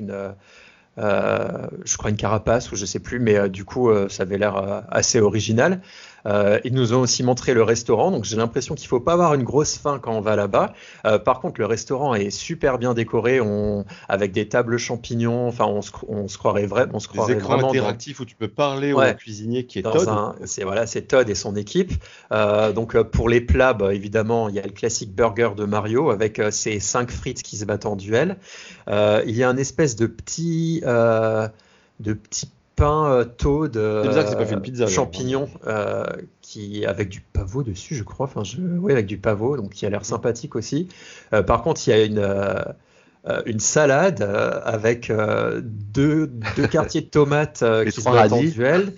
je crois une carapace, ou je sais plus, mais du coup ça avait l'air assez original. Ils nous ont aussi montré le restaurant, donc j'ai l'impression qu'il faut pas avoir une grosse faim quand on va là-bas. Par contre, le restaurant est super bien décoré, avec des tables champignons. Enfin, on se croirait Des écrans vraiment interactifs où tu peux parler au Ouais. cuisinier qui est Todd. C'est Todd et son équipe. Donc pour les plats, bah, évidemment, il y a le classique burger de Mario avec ses 5 frites qui se battent en duel. Il y a un espèce de petit pain Todd C'est bizarre que c'est pas fait une pizza, champignon avec du pavot dessus, je crois. Oui, avec du pavot, donc qui a l'air sympathique aussi. Par contre, il y a une salade avec deux quartiers de tomates qui se battent en duel.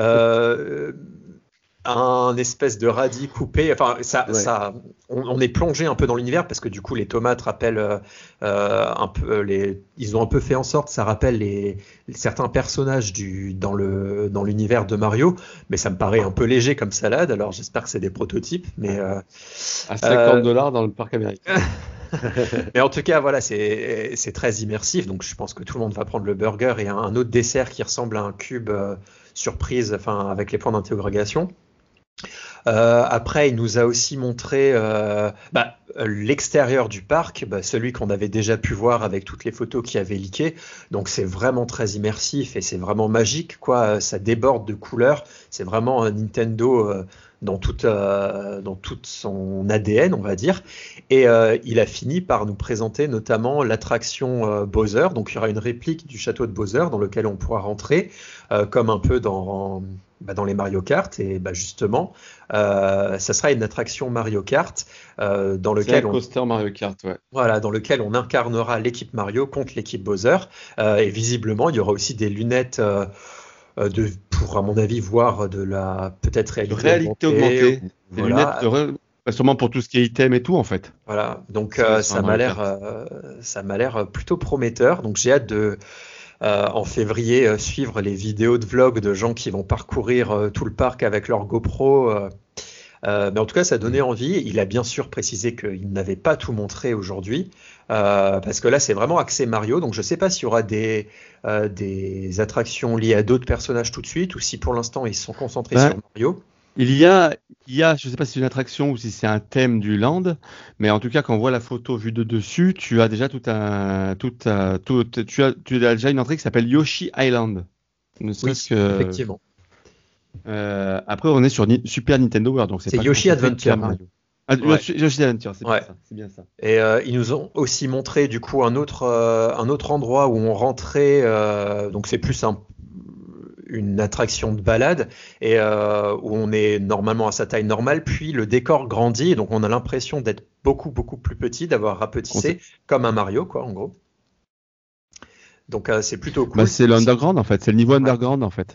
Un espèce de radis coupé. Enfin, on est plongé un peu dans l'univers parce que du coup, les tomates rappellent un peu ils ont un peu fait en sorte, ça rappelle certains personnages dans l'univers de Mario, mais ça me paraît un peu léger comme salade. Alors, j'espère que c'est des prototypes, mais à $50 dans le parc américain. Mais en tout cas, voilà, c'est très immersif. Donc, je pense que tout le monde va prendre le burger et un autre dessert qui ressemble à un cube surprise, enfin, avec les points d'interrogation. Après, il nous a aussi montré l'extérieur du parc, celui qu'on avait déjà pu voir avec toutes les photos qui avaient leaké. Donc, c'est vraiment très immersif et c'est vraiment magique, quoi. Ça déborde de couleurs. C'est vraiment un Nintendo dans toute son ADN, on va dire. Et il a fini par nous présenter notamment l'attraction Bowser. Donc, il y aura une réplique du château de Bowser dans lequel on pourra rentrer, comme un peu dans les Mario Kart. Et justement, ça sera une attraction Mario Kart dans lequel coaster Mario Kart, ouais. Voilà, dans lequel on incarnera l'équipe Mario contre l'équipe Bowser. Et visiblement, il y aura aussi des lunettes pour, à mon avis, voir de la peut-être réalité augmentée. Des lunettes sûrement pour tout ce qui est item et tout, en fait. Voilà, donc ça m'a l'air plutôt prometteur. Donc j'ai hâte de en février suivre les vidéos de vlog de gens qui vont parcourir tout le parc avec leur GoPro. Mais en tout cas, ça donnait envie. Il a bien sûr précisé qu'il n'avait pas tout montré aujourd'hui, parce que là, c'est vraiment axé Mario. Donc, je ne sais pas s'il y aura des attractions liées à d'autres personnages tout de suite, ou si pour l'instant, ils se sont concentrés sur Mario. Il y a, je ne sais pas si c'est une attraction ou si c'est un thème du land, mais en tout cas, quand on voit la photo vue de dessus, tu as déjà tu as déjà une entrée qui s'appelle Yoshi Island. Effectivement. Après, on est sur Super Nintendo World, donc c'est Yoshi Adventure. Yoshi Adventure, c'est bien ça. Et ils nous ont aussi montré du coup un autre endroit où on rentrait. Donc c'est plus une attraction de balade et où on est normalement à sa taille normale, puis le décor grandit, et donc on a l'impression d'être beaucoup beaucoup plus petit, d'avoir rapetissé comme un Mario, quoi, en gros. Donc c'est plutôt cool. C'est l'underground en fait, c'est le niveau underground en fait.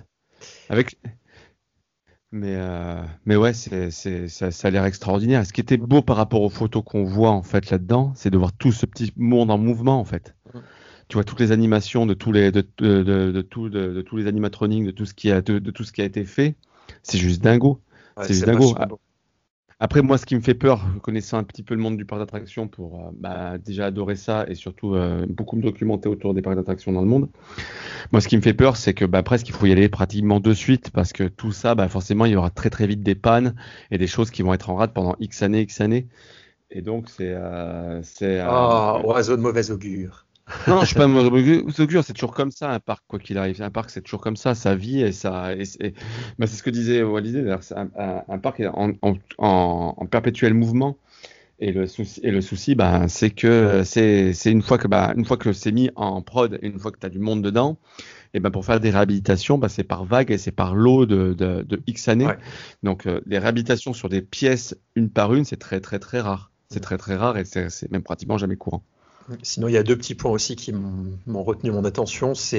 Mais ouais, ça a l'air extraordinaire. Ce qui était beau par rapport aux photos qu'on voit en fait là-dedans, c'est de voir tout ce petit monde en mouvement en fait. Tu vois toutes les animations de tous les animatroniques, de tout ce qui a été fait. C'est juste dingo. Ouais, c'est juste dingo. Après, moi, ce qui me fait peur, connaissant un petit peu le monde du parc d'attractions pour déjà adorer ça et surtout beaucoup me documenter autour des parcs d'attractions dans le monde. Moi, ce qui me fait peur, c'est que presque il faut y aller pratiquement de suite parce que tout ça, forcément, il y aura très très vite des pannes et des choses qui vont être en rade pendant X années. Et donc, oiseau de mauvais augure. Non, je suis pas mauvais augure, c'est toujours comme ça un parc, quoi qu'il arrive. Un parc, c'est toujours comme ça, sa vie et c'est ce que disait Walid, d'ailleurs, c'est un parc est en perpétuel mouvement. Et le souci, c'est que c'est une fois que c'est mis en prod, et une fois que tu as du monde dedans, et pour faire des réhabilitations, c'est par vague et c'est par lot de X années. Ouais. Donc les réhabilitations sur des pièces une par une, c'est très très très rare. C'est très très rare et c'est même pratiquement jamais courant. Sinon, il y a 2 petits points aussi qui m'ont retenu mon attention. C'est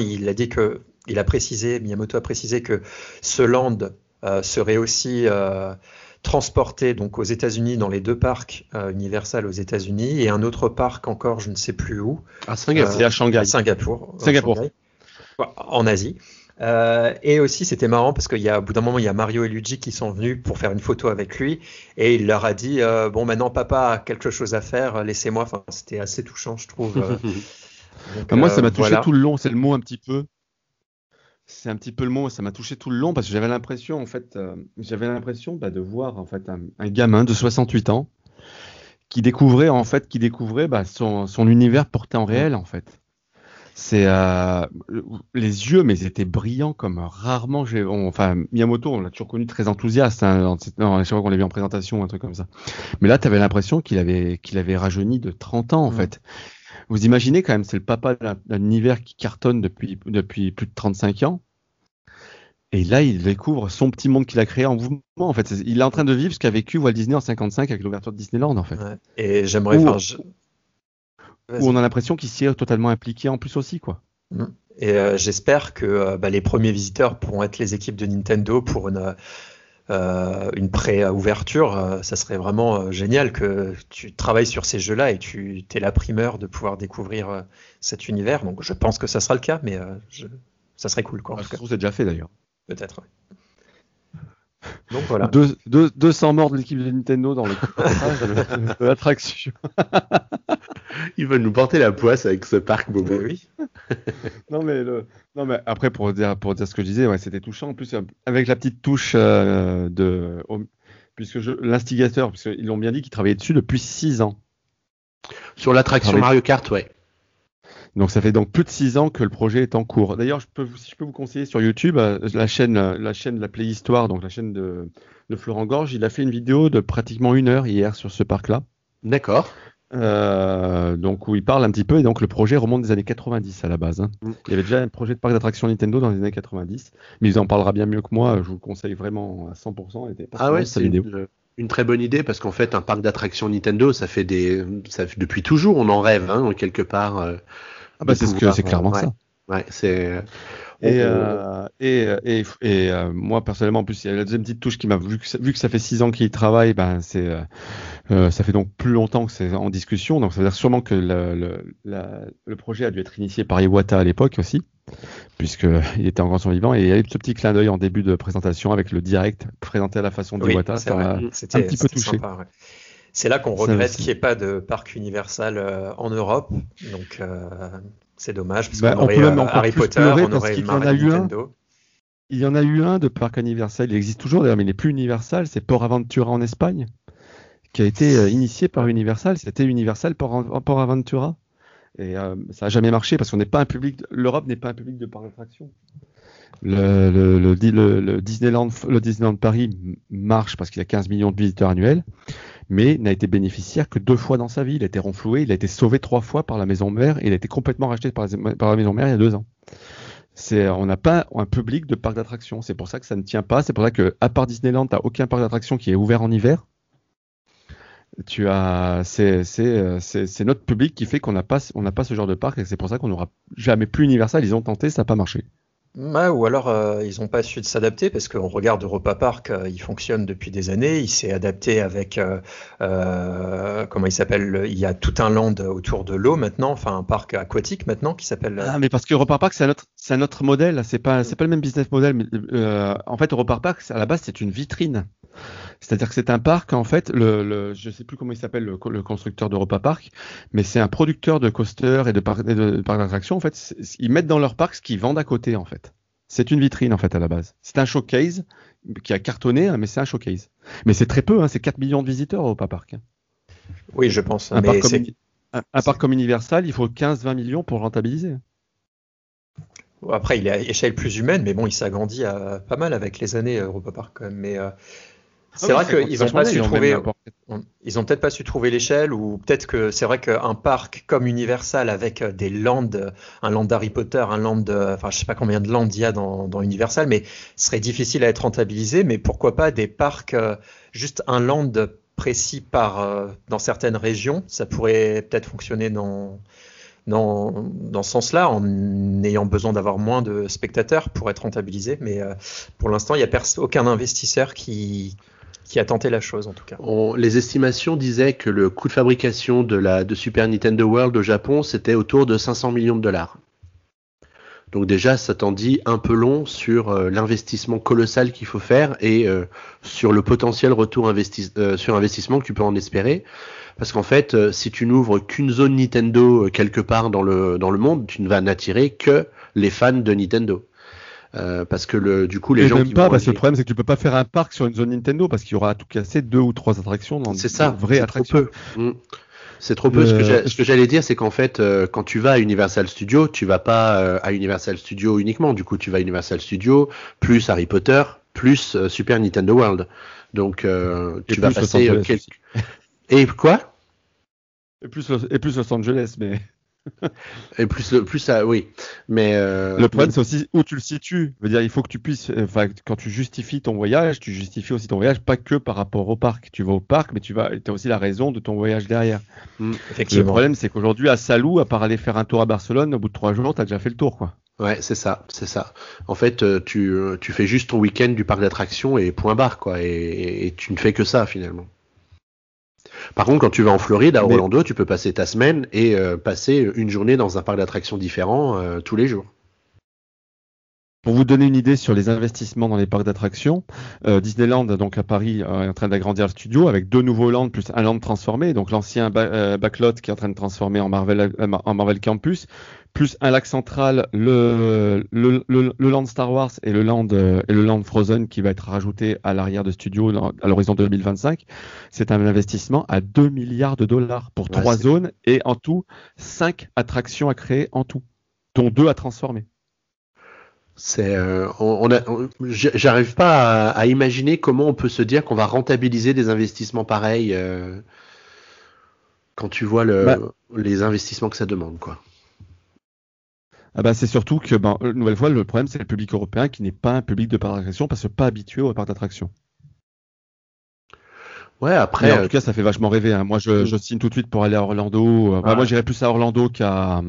Miyamoto a précisé que ce land serait aussi transporté donc aux États-Unis, dans les 2 parcs Universal aux États-Unis, et un autre parc encore, je ne sais plus où. À Singapour. C'est à Shanghai. À Singapour. En Asie. Et aussi, c'était marrant parce qu'au bout d'un moment, il y a Mario et Luigi qui sont venus pour faire une photo avec lui, et il leur a dit bon, maintenant papa a quelque chose à faire, laissez-moi. Enfin, c'était assez touchant, je trouve. Donc, moi, ça m'a touché tout le long. C'est le mot un petit peu. c'est un petit peu le mot, ça m'a touché tout le long parce que j'avais l'impression de voir en fait un gamin de 68 ans qui découvrait son univers porté en réel en fait. C'est les yeux, mais ils étaient brillants comme rarement. Enfin, Miyamoto, on l'a toujours connu très enthousiaste. À chaque fois qu'on l'a vu en présentation, un truc comme ça. Mais là, tu avais l'impression qu'il avait rajeuni de 30 ans en fait. Vous imaginez quand même, c'est le papa d'un univers qui cartonne depuis plus de 35 ans. Et là, il découvre son petit monde qu'il a créé en mouvement. En fait, il est en train de vivre ce qu'a vécu Walt Disney en 55 avec l'ouverture de Disneyland, en fait. Ouais. Et j'aimerais. Où on a l'impression qu'il s'y est totalement impliqué en plus aussi, quoi. Et j'espère que les premiers visiteurs pourront être les équipes de Nintendo pour une pré-ouverture. Ça serait vraiment génial que tu travailles sur ces jeux-là et tu aies la primeur de pouvoir découvrir cet univers. Donc je pense que ça sera le cas, mais ça serait cool, quoi. Je trouve que c'est déjà fait d'ailleurs. Peut-être. Donc voilà. 200 morts de l'équipe de Nintendo dans le de l'attraction. Ils veulent nous porter la poisse avec ce parc, Bobo. Oui. non mais après pour dire ce que je disais, ouais, c'était touchant. En plus avec la petite touche l'instigateur, parce qu'ils l'ont bien dit, qu'il travaillait dessus depuis 6 ans. Sur l'attraction Mario Kart, ouais. Donc ça fait donc plus de 6 ans que le projet est en cours. D'ailleurs, si je peux vous conseiller sur YouTube, la chaîne de la Playhistoire, donc la chaîne de Florent Gorge, il a fait une vidéo de pratiquement 1 heure hier sur ce parc-là. D'accord. Donc où il parle un petit peu, et donc le projet remonte des années 90 à la base. Hein. Il y avait déjà un projet de parc d'attractions Nintendo dans les années 90, mais il en parlera bien mieux que moi. Je vous le conseille vraiment à 100%. C'est une très bonne idée parce qu'en fait un parc d'attractions Nintendo, ça fait depuis toujours, on en rêve, hein, quelque part. C'est clairement ça. Ouais, c'est. Moi personnellement, en plus, il y a la deuxième petite touche qui m'a vu que ça fait 6 ans qu'il y travaille, ça fait donc plus longtemps que c'est en discussion, donc ça veut dire sûrement que le projet a dû être initié par Iwata à l'époque aussi, puisqu'il était encore son vivant, et il y a eu ce petit clin d'œil en début de présentation avec le direct présenté à la façon d'Iwata, ça m'a un petit peu touché. Sympa, ouais. C'est là qu'on regrette qu'il n'y ait pas de parc Universal en Europe, donc c'est dommage, parce qu'on aurait Harry Potter, on aurait Mario Nintendo. Il y en a eu un de parc Universal, il existe toujours d'ailleurs, mais il n'est plus Universal, c'est Port Aventura en Espagne, qui a été initié par Universal, c'était Universal Port Aventura, et ça n'a jamais marché, parce qu'on n'est pas un public, l'Europe n'est pas un public de parc d'attraction. Le Disneyland Paris marche parce qu'il y a 15 millions de visiteurs annuels, mais n'a été bénéficiaire que 2 fois dans sa vie. Il a été renfloué, il a été sauvé 3 fois par la maison mère, et il a été complètement racheté par la maison mère il y a 2 ans. On n'a pas un public de parc d'attractions, c'est pour ça que ça ne tient pas, c'est pour ça qu'à part Disneyland, tu n'as aucun parc d'attractions qui est ouvert en hiver. C'est notre public qui fait qu'on n'a pas ce genre de parc, et c'est pour ça qu'on n'aura jamais plus Universal. Ils ont tenté, ça n'a pas marché. Ouais, ou alors ils n'ont pas su s'adapter, parce qu'on regarde Europa Park, il fonctionne depuis des années, il s'est adapté avec comment il s'appelle, il y a tout un land autour de l'eau maintenant, enfin un parc aquatique maintenant qui s'appelle. Ah, mais parce que Europa Park c'est un autre modèle, c'est pas le même business model, mais en fait Europa Park à la base c'est une vitrine. C'est-à-dire que c'est un parc, en fait, je sais plus comment il s'appelle le constructeur d'Europa Park, mais c'est un producteur de coasters et de parcs d'attractions. En fait, ils mettent dans leur parc ce qu'ils vendent à côté, en fait. C'est une vitrine, en fait, à la base. C'est un showcase qui a cartonné, hein, mais c'est un showcase. Mais c'est très peu, hein, c'est 4 millions de visiteurs Europa Park. Hein. Oui, je pense. Un parc comme Universal, il faut 15-20 millions pour rentabiliser. Après, il est à échelle plus humaine, mais bon, il s'agrandit pas mal avec les années, Europa Park, quand même. Mais c'est vrai qu'ils n'ont pas su trouver. Ils ont peut-être pas su trouver l'échelle, ou peut-être que c'est vrai qu'un parc comme Universal avec des lands, un land d'Harry Potter, un land, enfin je sais pas combien de lands il y a dans Universal, mais ce serait difficile à être rentabilisé. Mais pourquoi pas des parcs, juste un land précis dans certaines régions, ça pourrait peut-être fonctionner dans ce sens-là, en ayant besoin d'avoir moins de spectateurs pour être rentabilisé. Mais pour l'instant, il n'y a aucun investisseur qui a tenté la chose, en tout cas. Les estimations disaient que le coût de fabrication de Super Nintendo World au Japon, c'était autour de 500 millions de dollars. Donc déjà, ça t'en dit un peu long sur l'investissement colossal qu'il faut faire et sur le potentiel retour sur investissement que tu peux en espérer. Parce qu'en fait, si tu n'ouvres qu'une zone Nintendo quelque part dans le monde, tu ne vas n'attirer que les fans de Nintendo. parce que du coup les gens même qui pas, vont parce que aller- le problème c'est que tu peux pas faire un parc sur une zone Nintendo parce qu'il y aura à tout casser 2 ou 3 attractions dans c'est de ça, vraies c'est attractions. trop peu. C'est trop peu. Ce que Le- j'allais dire, c'est qu'en fait, quand tu vas à Universal Studios, tu vas pas à Universal Studios uniquement. Du coup, tu vas à Universal Studios, plus Harry Potter, plus Super Nintendo World. Donc, Et tu vas plus Los passer Angeles quelques... aussi. Et quoi? Et plus Los Angeles, mais Et oui. Mais, le problème c'est aussi où tu le situes. Je veux dire, il faut que tu puisses, quand tu justifies ton voyage, tu justifies aussi ton voyage pas que par rapport au parc. Tu vas au parc, mais tu as aussi la raison de ton voyage derrière. Le Effectivement. problème c'est qu'aujourd'hui à Salou, à part aller faire un tour à Barcelone, au bout de 3 jours, tu as déjà fait le tour, quoi. ouais, c'est ça. En fait, tu fais juste ton week-end du parc d'attractions et point barre, quoi. Et tu ne fais que ça finalement. Par contre, quand tu vas en Floride, à Mais- Orlando, tu peux passer ta semaine et passer une journée dans un parc d'attractions différent tous les jours. Pour vous donner une idée sur les investissements dans les parcs d'attractions, Disneyland, donc à Paris, est en train d'agrandir le studio avec 2 nouveaux lands plus un land transformé. Donc l'ancien backlot qui est en train de transformer en Marvel Campus, plus un lac central, le land Star Wars et le land Frozen qui va être rajouté à l'arrière de studio à l'horizon 2025. C'est un investissement à 2 milliards de dollars pour 3 zones et en tout 5 attractions à créer en tout, dont 2 à transformer. J'arrive pas à imaginer comment on peut se dire qu'on va rentabiliser des investissements pareils quand tu vois les investissements que ça demande, quoi. Ah bah c'est surtout que, une nouvelle fois, le problème c'est le public européen qui n'est pas un public de parc d'attraction parce que pas habitué au parc d'attraction. Ouais, Mais après, en tout cas, ça fait vachement rêver, hein. Moi, je signe tout de suite pour aller à Orlando. Ouais. Moi, j'irais plus à Orlando qu'à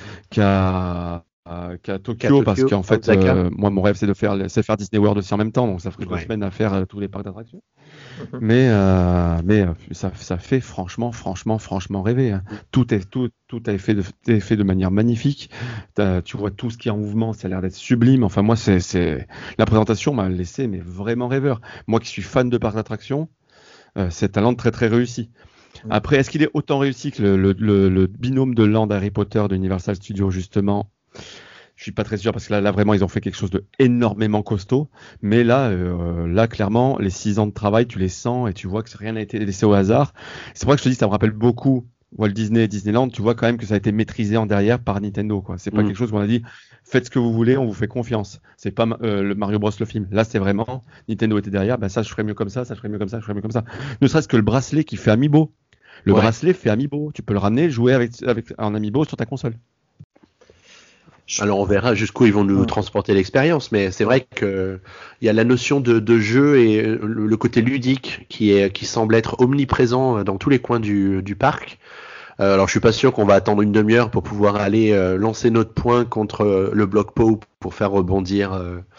Tokyo, parce qu'en fait, Osaka. moi, mon rêve, c'est de faire Disney World aussi en même temps. Donc, ça ferait 2 Ouais. semaines à faire tous les parcs d'attractions. Mhm. Mais ça fait franchement rêver, hein. Tout a été fait de manière magnifique. Tu vois tout ce qui est en mouvement, ça a l'air d'être sublime. Enfin, moi, la présentation m'a laissé mais vraiment rêveur. Moi qui suis fan de parcs d'attractions, c'est un land très très réussi. Après, est-ce qu'il est autant réussi que le binôme de land Harry Potter de Universal Studios, justement? Je suis pas très sûr parce que là vraiment ils ont fait quelque chose de énormément costaud. Mais là clairement les 6 ans de travail tu les sens et tu vois que rien n'a été laissé au hasard. C'est pour ça que je te dis ça me rappelle beaucoup Walt Disney et Disneyland. Tu vois quand même que ça a été maîtrisé en derrière par Nintendo, quoi. C'est pas quelque chose qu'on a dit faites ce que vous voulez, on vous fait confiance. C'est pas le Mario Bros le film. Là c'est vraiment Nintendo était derrière. Ça je ferais mieux comme ça, ça je ferais mieux comme ça, je ferais mieux comme ça. Ne serait-ce que le bracelet qui fait Amiibo. Le bracelet fait Amiibo. Tu peux le ramener, jouer avec un Amiibo sur ta console. Alors on verra jusqu'où ils vont nous transporter l'expérience, mais c'est vrai que il y a la notion de jeu et le côté ludique qui semble être omniprésent dans tous les coins du parc. Alors je suis pas sûr qu'on va attendre une demi-heure pour pouvoir aller lancer notre point contre le bloc Poe pour faire rebondir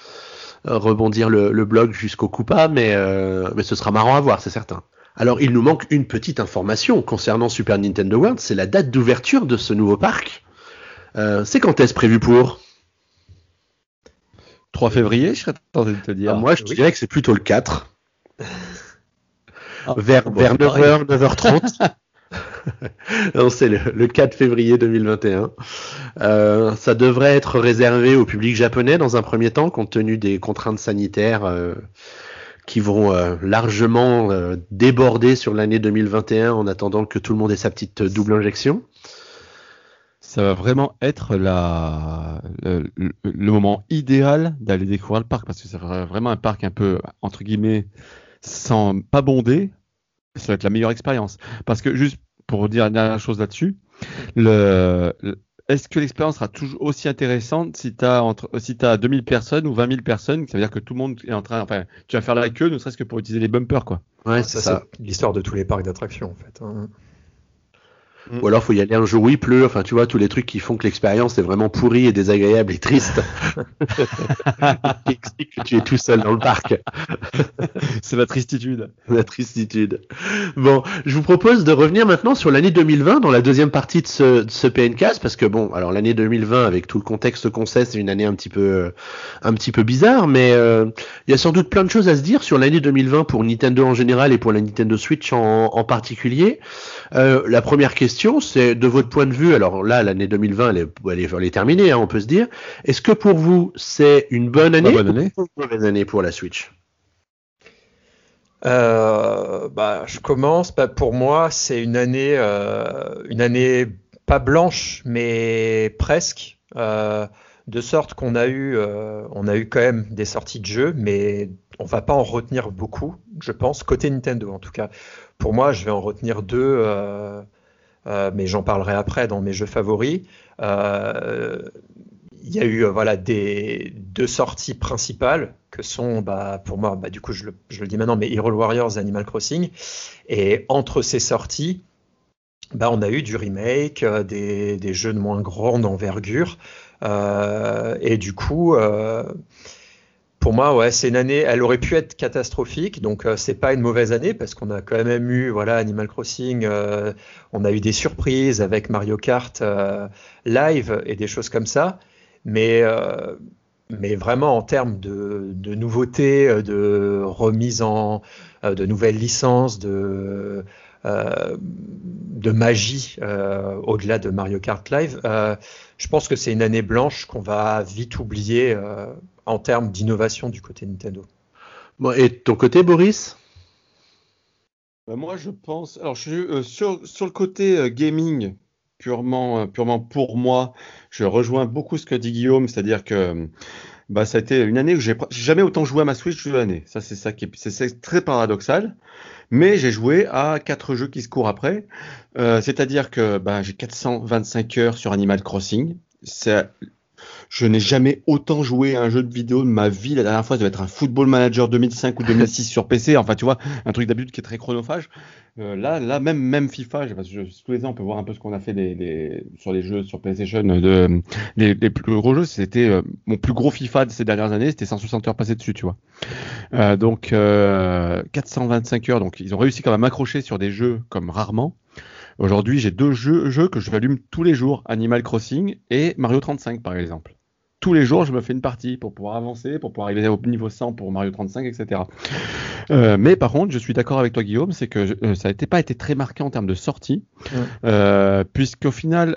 le bloc jusqu'au Koopa, mais ce sera marrant à voir, c'est certain. Alors il nous manque une petite information concernant Super Nintendo World, c'est la date d'ouverture de ce nouveau parc. C'est quand est-ce prévu pour 3 février, je serais tenté de te dire. Moi, je dirais que c'est plutôt le 4. Ah, vers bon, 9h, 9h30. Non, c'est le 4 février 2021. Ça devrait être réservé au public japonais dans un premier temps, compte tenu des contraintes sanitaires qui vont largement déborder sur l'année 2021 en attendant que tout le monde ait sa petite double injection. Ça va vraiment être le moment idéal d'aller découvrir le parc parce que c'est vraiment un parc un peu, entre guillemets, pas bondé. Ça va être la meilleure expérience. Parce que juste pour dire une dernière chose là-dessus, est-ce que l'expérience sera toujours aussi intéressante si tu as 2000 personnes ou 20 000 personnes? Ça veut dire que tout le monde est tu vas faire la queue, ne serait-ce que pour utiliser les bumpers, quoi. Ouais, c'est ça. C'est l'histoire de tous les parcs d'attractions, en fait. Ou alors faut y aller un jour où il pleut, enfin tu vois, tous les trucs qui font que l'expérience est vraiment pourrie et désagréable et triste. Qui explique que tu es tout seul dans le parc. C'est la tristitude. La tristitude. Bon, je vous propose de revenir maintenant sur l'année 2020 dans la deuxième partie de ce PNcast, parce que bon, alors l'année 2020 avec tout le contexte qu'on sait, c'est une année un petit peu bizarre, mais il y a sans doute plein de choses à se dire sur l'année 2020 pour Nintendo en général et pour la Nintendo Switch en particulier. La première question question, c'est de votre point de vue, alors là, l'année 2020, elle est terminée, hein, on peut se dire. Est-ce que pour vous, c'est une bonne année ou une mauvaise année pour la Switch? Je commence. Pour moi, c'est une année pas blanche, mais presque. De sorte qu'on a eu quand même des sorties de jeux, mais on va pas en retenir beaucoup, je pense, côté Nintendo en tout cas. Pour moi, je vais en retenir deux, mais j'en parlerai après dans mes jeux favoris. Il y a eu deux sorties principales que sont pour moi, du coup je le dis maintenant, mais Hyrule Warriors et Animal Crossing. Et entre ces sorties, on a eu du remake, des jeux de moins grande envergure. Et du coup, pour moi, ouais, c'est une année, elle aurait pu être catastrophique, donc c'est pas une mauvaise année parce qu'on a quand même eu Animal Crossing, on a eu des surprises avec Mario Kart live et des choses comme ça, mais vraiment en termes de nouveautés, de remise de nouvelles licences, de magie au-delà de Mario Kart Live, je pense que c'est une année blanche qu'on va vite oublier en termes d'innovation du côté Nintendo. Bon, et de ton côté, Boris? Moi, je pense. Alors, je suis sur le côté gaming, purement pour moi, je rejoins beaucoup ce que dit Guillaume, c'est-à-dire que ça a été une année où j'ai jamais autant joué à ma Switch de l'année. Ça, c'est ça c'est très paradoxal. Mais j'ai joué à 4 jeux qui se courent après. C'est-à-dire que j'ai 425 heures sur Animal Crossing. Je n'ai jamais autant joué à un jeu de vidéo de ma vie. La dernière fois, ça devait être un Football Manager 2005 ou 2006 sur PC. Enfin, tu vois, un truc d'habitude qui est très chronophage. Là, même FIFA, parce que tous les ans, on peut voir un peu ce qu'on a fait sur les jeux sur PlayStation. Les plus gros jeux, c'était mon plus gros FIFA de ces dernières années. C'était 160 heures passées dessus, tu vois. Donc, 425 heures. Donc, ils ont réussi quand même à m'accrocher sur des jeux comme rarement. Aujourd'hui, j'ai 2 jeux que je allume tous les jours, Animal Crossing et Mario 35 par exemple. Tous les jours, je me fais une partie pour pouvoir avancer, pour pouvoir arriver au niveau 100 pour Mario 35, etc. Mais par contre, je suis d'accord avec toi, Guillaume, c'est que ça n'a pas été très marqué en termes de sortie, puisqu'au final,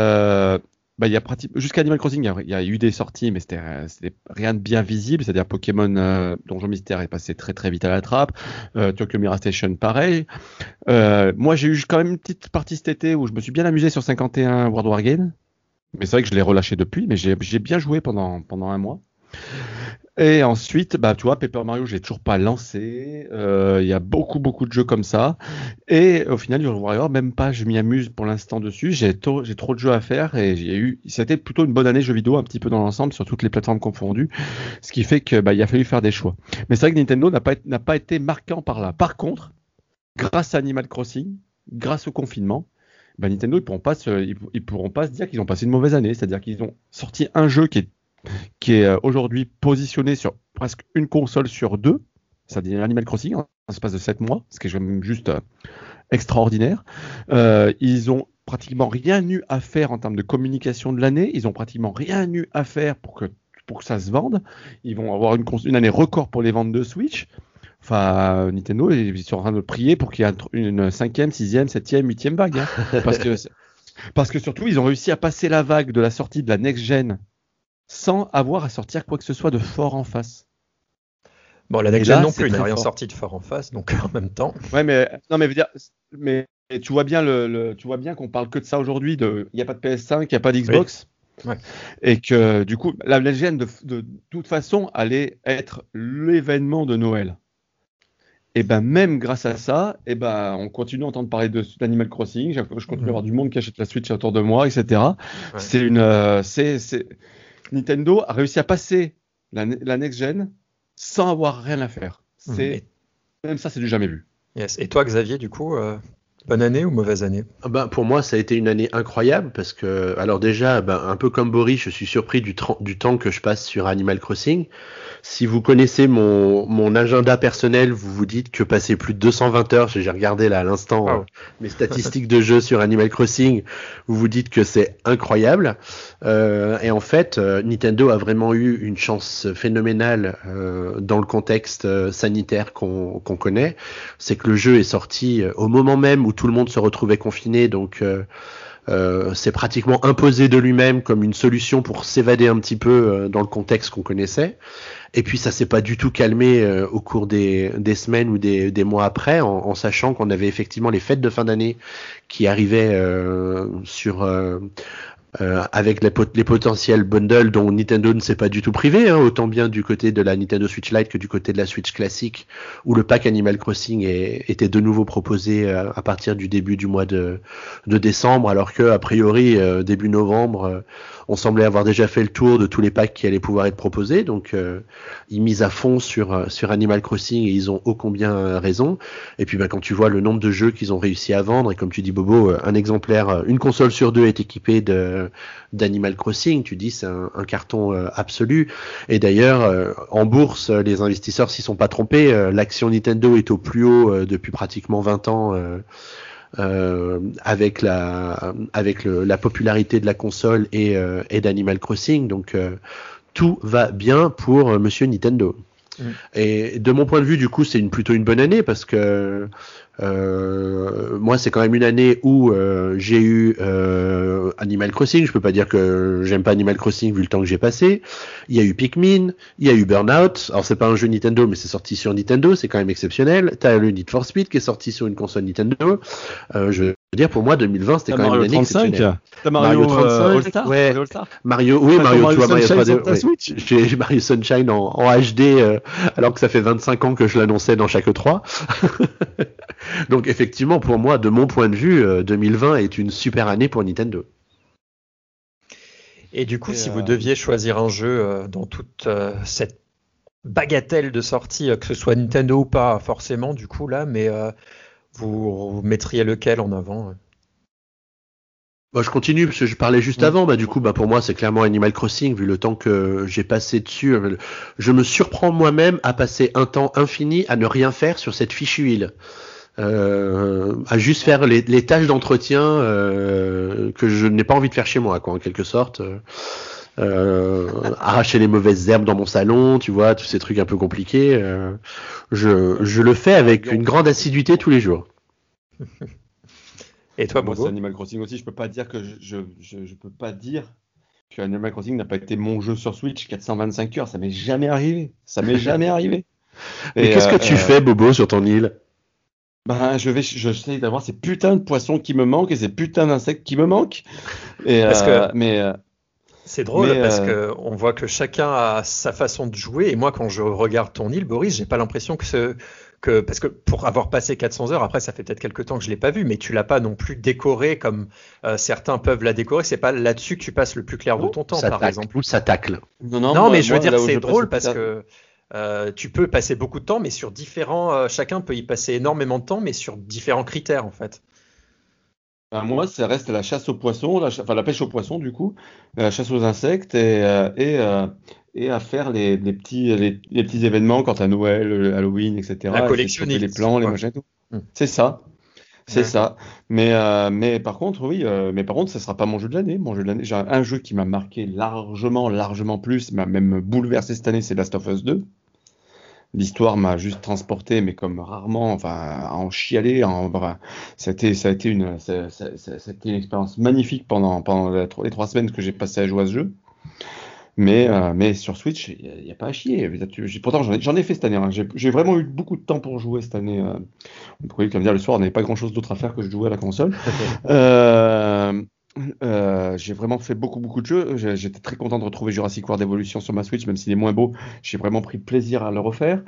il y a jusqu'à Animal Crossing, il y a eu des sorties, mais c'était rien de bien visible. C'est-à-dire Pokémon Donjon Mystère est passé très très vite à la trappe. Tokyo Mirror Station, pareil. Moi, j'ai eu quand même une petite partie cet été où je me suis bien amusé sur 51 World War Game. Mais c'est vrai que je l'ai relâché depuis, mais j'ai bien joué pendant un mois. Et ensuite, tu vois, Paper Mario, j'ai toujours pas lancé. Il y a beaucoup de jeux comme ça. Et au final, Hyrule Warrior, même pas, je m'y amuse pour l'instant dessus. J'ai trop de jeux à faire et c'était plutôt une bonne année jeux vidéo, un petit peu dans l'ensemble, sur toutes les plateformes confondues. Ce qui fait que, il a fallu faire des choix. Mais c'est vrai que Nintendo n'a pas été marquant par là. Par contre, grâce à Animal Crossing, grâce au confinement, Nintendo, ils pourront pas se dire qu'ils ont passé une mauvaise année. C'est-à-dire qu'ils ont sorti un jeu qui est aujourd'hui positionné sur presque une console sur 2, c'est-à-dire Animal Crossing, en l'espace de 7 mois, ce qui est même juste extraordinaire. Ils ont pratiquement rien eu à faire en termes de communication de l'année. Ils ont pratiquement rien eu à faire pour que ça se vende. Ils vont avoir une année record pour les ventes de Switch. Enfin, Nintendo, ils sont en train de prier pour qu'il y ait une 5e, 6e, 7e, 8e vague. Hein. Parce que surtout, ils ont réussi à passer la vague de la sortie de la next-gen sans avoir à sortir quoi que ce soit de fort en face. Bon, la next-gen non plus, il n'a rien sorti de fort en face, donc en même temps. Ouais, mais tu vois bien tu vois bien qu'on parle que de ça aujourd'hui. Il n'y a pas de PS5, il n'y a pas d'Xbox. Oui. Ouais. Et que du coup, la next-gen de toute façon allait être l'événement de Noël. Et même grâce à ça, on continue à entendre parler d'Animal Crossing. Je continue à avoir du monde qui achète la Switch autour de moi, etc. Ouais. Nintendo a réussi à passer la next-gen sans avoir rien à faire. Même ça, c'est du jamais vu. Yes. Et toi, Xavier, du coup, bonne année ou mauvaise année? Pour moi, ça a été une année incroyable parce que, alors déjà, un peu comme Boris, je suis surpris du temps que je passe sur Animal Crossing. Si vous connaissez mon agenda personnel, vous vous dites que passer plus de 220 heures, j'ai regardé là à l'instant mes statistiques de jeu sur Animal Crossing, vous vous dites que c'est incroyable. Et en fait, Nintendo a vraiment eu une chance phénoménale dans le contexte sanitaire qu'on connaît. C'est que le jeu est sorti au moment même où tout le monde se retrouvait confiné, donc c'est pratiquement imposé de lui-même comme une solution pour s'évader un petit peu dans le contexte qu'on connaissait. Et puis ça s'est pas du tout calmé au cours des semaines ou des mois après, en sachant qu'on avait effectivement les fêtes de fin d'année qui arrivaient avec les potentiels bundles dont Nintendo ne s'est pas du tout privé, hein, autant bien du côté de la Nintendo Switch Lite que du côté de la Switch classique, où le pack Animal Crossing était de nouveau proposé à partir du début du mois de décembre, alors que a priori début novembre, on semblait avoir déjà fait le tour de tous les packs qui allaient pouvoir être proposés, donc ils misent à fond sur Animal Crossing et ils ont ô combien raison. Et puis quand tu vois le nombre de jeux qu'ils ont réussi à vendre, et comme tu dis Bobo, un exemplaire, une console sur deux est équipée d'Animal Crossing, tu dis c'est un carton absolu. Et d'ailleurs en bourse, les investisseurs s'y sont pas trompés, l'action Nintendo est au plus haut depuis pratiquement 20 ans. Avec la popularité de la console et d'Animal Crossing, donc tout va bien pour Monsieur Nintendo. Et de mon point de vue, du coup, c'est plutôt une bonne année parce que moi, c'est quand même une année où j'ai eu Animal Crossing. Je peux pas dire que j'aime pas Animal Crossing vu le temps que j'ai passé. Il y a eu Pikmin, il y a eu Burnout. Alors c'est pas un jeu Nintendo, mais c'est sorti sur Nintendo, c'est quand même exceptionnel. T'as le Need for Speed qui est sorti sur une console Nintendo. Je veux dire, pour moi, 2020, c'était quand même une année exceptionnelle. T'as Mario 35, All-Star, ouais. Mario 3D. J'ai Mario Sunshine en HD, alors que ça fait 25 ans que je l'annonçais dans chaque E3. Donc effectivement, pour moi, de mon point de vue, 2020 est une super année pour Nintendo. Et du coup, si vous deviez choisir un jeu dans toute cette bagatelle de sortie, que ce soit Nintendo ou pas forcément, du coup là, mais vous mettriez lequel en avant? Je continue parce que je parlais juste avant. Du coup, pour moi, c'est clairement Animal Crossing vu le temps que j'ai passé dessus. Je me surprends moi-même à passer un temps infini à ne rien faire sur cette fichue île. À juste faire les tâches d'entretien que je n'ai pas envie de faire chez moi, quoi, en quelque sorte. Arracher les mauvaises herbes dans mon salon, tu vois, tous ces trucs un peu compliqués. Je le fais avec une grande assiduité tous les jours. Et toi, moi, Bobo? c'est Animal Crossing aussi. Je peux pas dire que je peux pas dire que Animal Crossing n'a pas été mon jeu sur Switch 425 heures. Ça m'est jamais arrivé. Mais qu'est-ce que tu fais, Bobo, sur ton île? J'essaie d'avoir ces putains de poissons qui me manquent et ces putains d'insectes qui me manquent. C'est drôle parce que on voit que chacun a sa façon de jouer. Et moi, quand je regarde ton île, Boris, j'ai pas l'impression parce que pour avoir passé 400 heures, après ça fait peut-être quelques temps que je l'ai pas vu, mais tu l'as pas non plus décoré comme certains peuvent la décorer. C'est pas là-dessus que tu passes le plus clair de ton temps, par exemple. Ou ça tacle. Non, mais je veux dire, c'est drôle parce que tu peux passer beaucoup de temps, mais sur différents. Chacun peut y passer énormément de temps, mais sur différents critères en fait. Moi, ça reste la chasse aux poissons, la pêche aux poissons du coup, la chasse aux insectes et à faire les petits événements quant à Noël, Halloween, etc. La collectionniste, les plans, les machins, tout. C'est ça. Mais par contre, ça sera pas mon jeu de l'année. Mon jeu de l'année, j'ai un jeu qui m'a marqué largement plus, m'a même bouleversé cette année, c'est Last of Us 2. L'histoire m'a juste transporté, mais comme rarement, à en chialer. Ça a été une expérience magnifique pendant les 3 semaines que j'ai passé à jouer à ce jeu. Mais sur Switch, il n'y a pas à chier. Pourtant, j'en ai fait cette année. J'ai vraiment eu beaucoup de temps pour jouer cette année. On pourrait dire le soir, on n'avait pas grand-chose d'autre à faire que de jouer à la console. J'ai vraiment fait beaucoup de jeux. J'étais très content de retrouver Jurassic World Evolution sur ma Switch, même s'il est moins beau. J'ai vraiment pris plaisir à le refaire.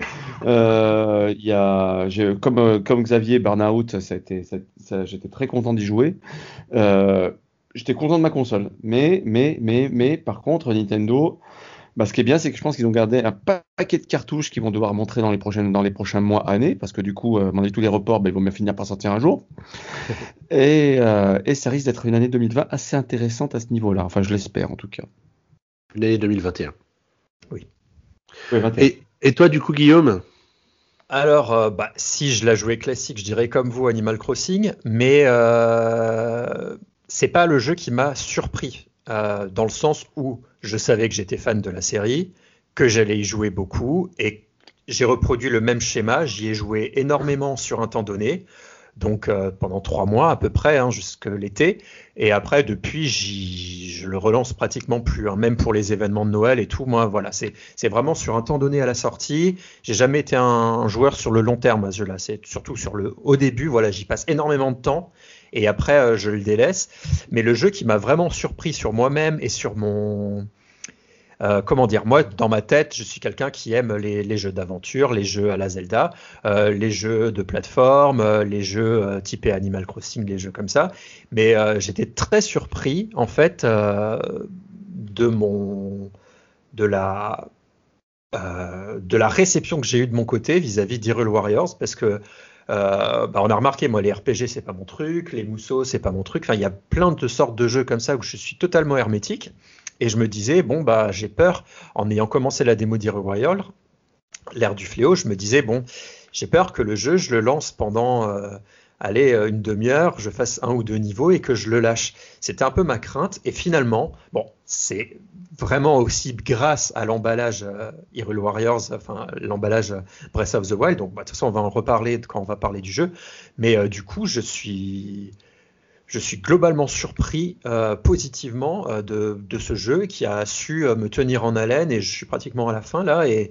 Comme Xavier, Burnout, j'étais très content d'y jouer. J'étais content de ma console. Mais par contre, Nintendo, ce qui est bien, c'est que je pense qu'ils ont gardé un paquet de cartouches qu'ils vont devoir montrer dans les prochains mois, années, parce que du coup, malgré tous les reports, ils vont bien finir par sortir un jour. Et ça risque d'être une année 2020 assez intéressante à ce niveau-là. Enfin, je l'espère en tout cas. Une année 2021. Oui. 21. Et toi, du coup, Guillaume? Alors, si je la jouais classique, je dirais comme vous, Animal Crossing, mais c'est pas le jeu qui m'a surpris. Dans le sens où je savais que j'étais fan de la série, que j'allais y jouer beaucoup, et j'ai reproduit le même schéma, j'y ai joué énormément sur un temps donné, Donc pendant 3 mois à peu près, hein, jusque l'été. Et après, depuis, je le relance pratiquement plus, hein, même pour les événements de Noël et tout. Moi, voilà, c'est vraiment sur un temps donné à la sortie. J'ai jamais été un joueur sur le long terme à ce jeu-là. C'est surtout au début, voilà, j'y passe énormément de temps. Et après, je le délaisse. Mais le jeu qui m'a vraiment surpris sur moi-même et sur mon... comment dire, moi, dans ma tête, je suis quelqu'un qui aime les jeux d'aventure, les jeux à la Zelda, les jeux de plateforme, les jeux typés Animal Crossing, les jeux comme ça. Mais j'étais très surpris, en fait, de la réception que j'ai eue de mon côté vis-à-vis d'Hyrule Warriors, parce que on a remarqué, moi, les RPG, c'est pas mon truc, les mousseaux, c'est pas mon truc. Enfin, il y a plein de sortes de jeux comme ça où je suis totalement hermétique. Et je me disais, bon, bah, j'ai peur, en ayant commencé la démo d'Hyrule Warriors, l'ère du fléau, je me disais, bon, j'ai peur que le jeu, je le lance pendant, une demi-heure, je fasse 1 ou 2 niveaux et que je le lâche. C'était un peu ma crainte. Et finalement, bon, c'est vraiment aussi grâce à l'emballage Hyrule Warriors, enfin, l'emballage Breath of the Wild. Donc, bah, de toute façon, on va en reparler quand on va parler du jeu. Mais du coup, je suis globalement surpris positivement de ce jeu qui a su me tenir en haleine, et je suis pratiquement à la fin là, et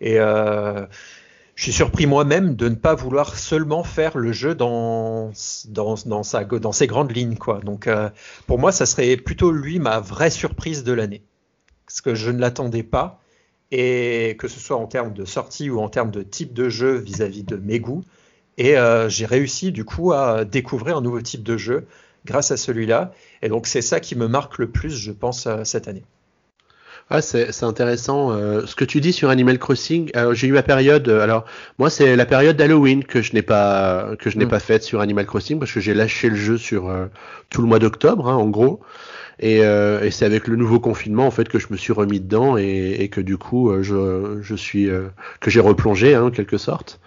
je suis surpris moi-même de ne pas vouloir seulement faire le jeu dans ses grandes lignes, quoi. Donc pour moi, ça serait plutôt lui ma vraie surprise de l'année, parce que je ne l'attendais pas, et que ce soit en termes de sortie ou en termes de type de jeu vis-à-vis de mes goûts. Et j'ai réussi du coup à découvrir un nouveau type de jeu grâce à celui-là. Et donc c'est ça qui me marque le plus, je pense, cette année. Ah, c'est intéressant. Ce que tu dis sur Animal Crossing, j'ai eu ma période. Alors moi, c'est la période d'Halloween que je n'ai pas faite sur Animal Crossing, parce que j'ai lâché le jeu sur tout le mois d'octobre, hein, en gros. Et c'est avec le nouveau confinement en fait que je me suis remis dedans, et que du coup que j'ai replongé, hein, en quelque sorte.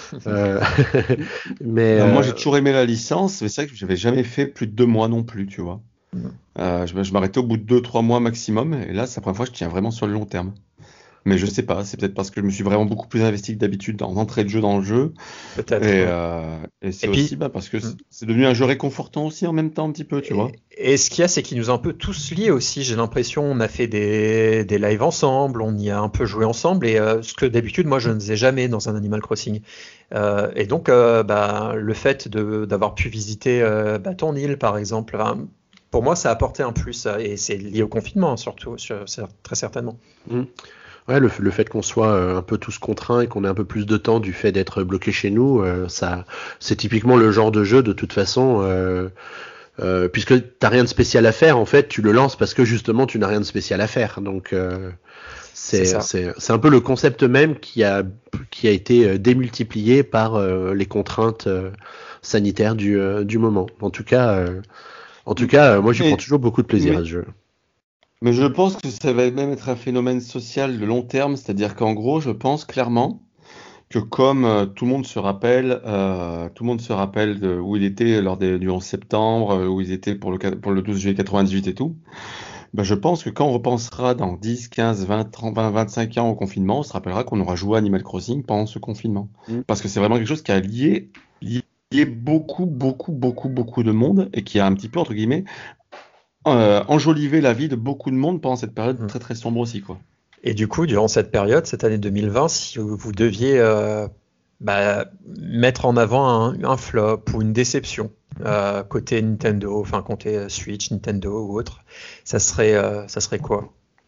Mais non, moi j'ai toujours aimé la licence, mais c'est vrai que j'avais jamais fait plus de 2 mois non plus, tu vois. Je m'arrêtais au bout de 2-3 mois maximum, et là c'est la première fois que je tiens vraiment sur le long terme. Mais je sais pas, c'est peut-être parce que je me suis vraiment beaucoup plus investi que d'habitude en entrée de jeu dans le jeu. Peut-être. Et c'est aussi parce que c'est devenu un jeu réconfortant aussi en même temps, un petit peu, tu vois. Et ce qu'il y a, c'est qu'ils nous ont un peu tous liés aussi. J'ai l'impression, on a fait des lives ensemble, on y a un peu joué ensemble, et ce que d'habitude, moi, je ne faisais jamais dans un Animal Crossing. Et donc, le fait d'avoir pu visiter ton île, par exemple, pour moi, ça a apporté un plus, et c'est lié au confinement, surtout, très certainement. Ouais, le fait qu'on soit un peu tous contraints et qu'on ait un peu plus de temps du fait d'être bloqué chez nous, ça, c'est typiquement le genre de jeu de toute façon, puisque t'as rien de spécial à faire, en fait, tu le lances parce que justement tu n'as rien de spécial à faire. Donc c'est un peu le concept même qui a été démultiplié par les contraintes sanitaires du moment. En tout cas, moi j'y prends toujours beaucoup de plaisir à ce jeu. Mais je pense que ça va même être un phénomène social de long terme, c'est-à-dire qu'en gros, je pense clairement que comme tout le monde se rappelle de où il était du 11 septembre, où ils étaient pour le 12 juillet 98 et tout, ben je pense que quand on repensera dans 10, 15, 20, 30, 20, 25 ans au confinement, on se rappellera qu'on aura joué à Animal Crossing pendant ce confinement. Parce que c'est vraiment quelque chose qui a lié beaucoup, beaucoup, beaucoup, beaucoup de monde, et qui a un petit peu, entre guillemets, enjoliver la vie de beaucoup de monde pendant cette période très très sombre aussi, quoi. Et du coup, durant cette période, cette année 2020, si vous deviez mettre en avant un flop ou une déception côté Nintendo, enfin côté Switch, Nintendo ou autre, ça serait quoi?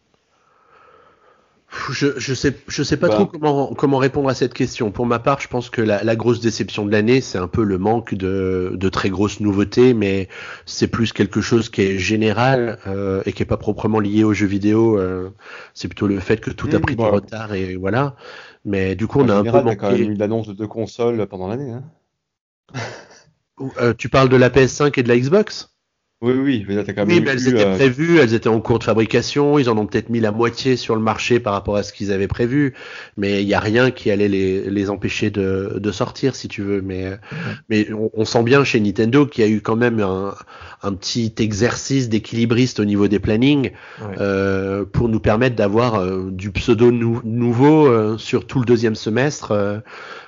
Je sais pas trop comment répondre à cette question. Pour ma part, je pense que la grosse déception de l'année, c'est un peu le manque de très grosses nouveautés, mais c'est plus quelque chose qui est général et qui est pas proprement lié aux jeux vidéo. C'est plutôt le fait que tout a pris du retard, et voilà. Mais du coup, on a un peu manqué. Il y a quand même eu l'annonce de 2 consoles pendant l'année, hein. Tu parles de la PS5 et de la Xbox? Oui, mais là, t'as quand même oui, mais elles étaient prévues, elles étaient en cours de fabrication, ils en ont peut-être mis la moitié sur le marché par rapport à ce qu'ils avaient prévu, mais il n'y a rien qui allait les empêcher de sortir, si tu veux. Mais on sent bien chez Nintendo qu'il y a eu quand même un petit exercice d'équilibriste au niveau des plannings, pour nous permettre d'avoir du pseudo nouveau sur tout le deuxième semestre,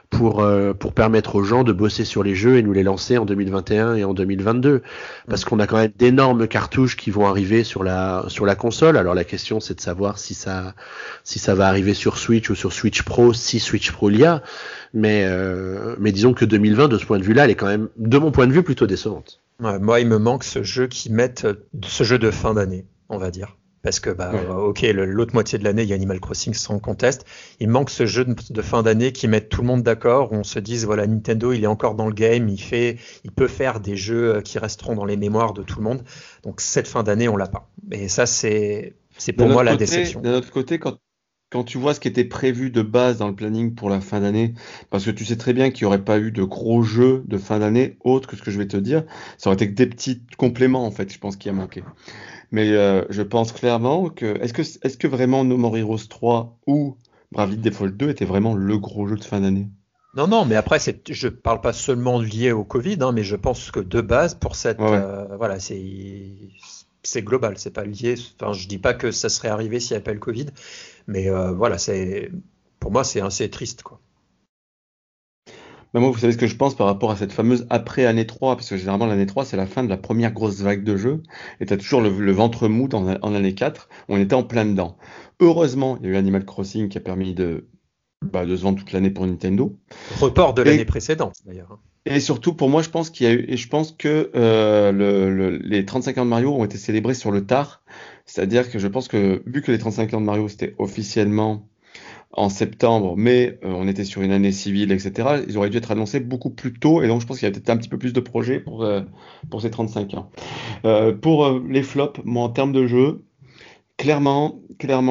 pour permettre aux gens de bosser sur les jeux et nous les lancer en 2021 et en 2022. Parce qu'on a quand même d'énormes cartouches qui vont arriver sur la console. Alors la question c'est de savoir si ça va arriver sur Switch ou sur Switch Pro, si Switch Pro l'y a. Mais disons que 2020, de ce point de vue-là, elle est quand même, de mon point de vue, plutôt décevante. Ouais, moi, il me manque ce jeu ce jeu de fin d'année, on va dire. Parce que, ok, l'autre moitié de l'année, il y a Animal Crossing sans conteste. Il manque ce jeu de fin d'année qui mette tout le monde d'accord, où on se dise, voilà, Nintendo, il est encore dans le game, il peut faire des jeux qui resteront dans les mémoires de tout le monde. Donc, cette fin d'année, on l'a pas. Et ça, c'est pour moi la déception. D'un autre côté, quand tu vois ce qui était prévu de base dans le planning pour la fin d'année, parce que tu sais très bien qu'il n'y aurait pas eu de gros jeux de fin d'année autre que ce que je vais te dire, ça aurait été que des petits compléments en fait, je pense qu'il y a manqué. Mais je pense clairement que est-ce que vraiment No More Heroes 3 ou Bravely Default 2 était vraiment le gros jeu de fin d'année? Non, mais après, je parle pas seulement lié au Covid, hein, mais je pense que de base, pour cette, Ouais. voilà, c'est global, c'est pas lié. Enfin, je dis pas que ça serait arrivé s'il n'y avait pas le Covid, mais voilà, pour moi, c'est assez triste, quoi. Mais moi, vous savez ce que je pense par rapport à cette fameuse après année 3, parce que généralement l'année 3, c'est la fin de la première grosse vague de jeux, et tu as toujours le ventre mou en année 4, où on était en plein dedans. Heureusement, il y a eu Animal Crossing qui a permis de se vendre toute l'année pour Nintendo. Report de l'année précédente, d'ailleurs. Et surtout, pour moi, je pense qu'il y a eu, et je pense que les 35 ans de Mario ont été célébrés sur le tard. C'est-à-dire que je pense que, vu que les 35 ans de Mario, c'était officiellement en septembre, mais on était sur une année civile, etc., ils auraient dû être annoncés beaucoup plus tôt. Et donc, je pense qu'il y a peut-être un petit peu plus de projets pour ces 35 ans. Pour les flops, moi, en termes de jeu, clairement,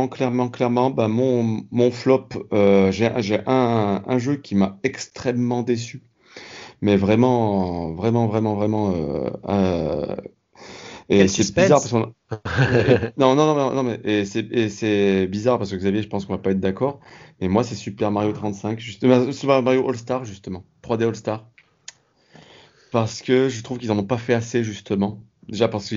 mon flop, j'ai un jeu qui m'a extrêmement déçu. Mais vraiment, et Quel c'est suspense. bizarre parce qu'on non, mais c'est bizarre parce que Xavier, je pense qu'on va pas être d'accord. Et moi, c'est Super Mario 35, justement, Super Mario All-Star, justement, 3D All-Star, parce que je trouve qu'ils en ont pas fait assez, justement. Déjà parce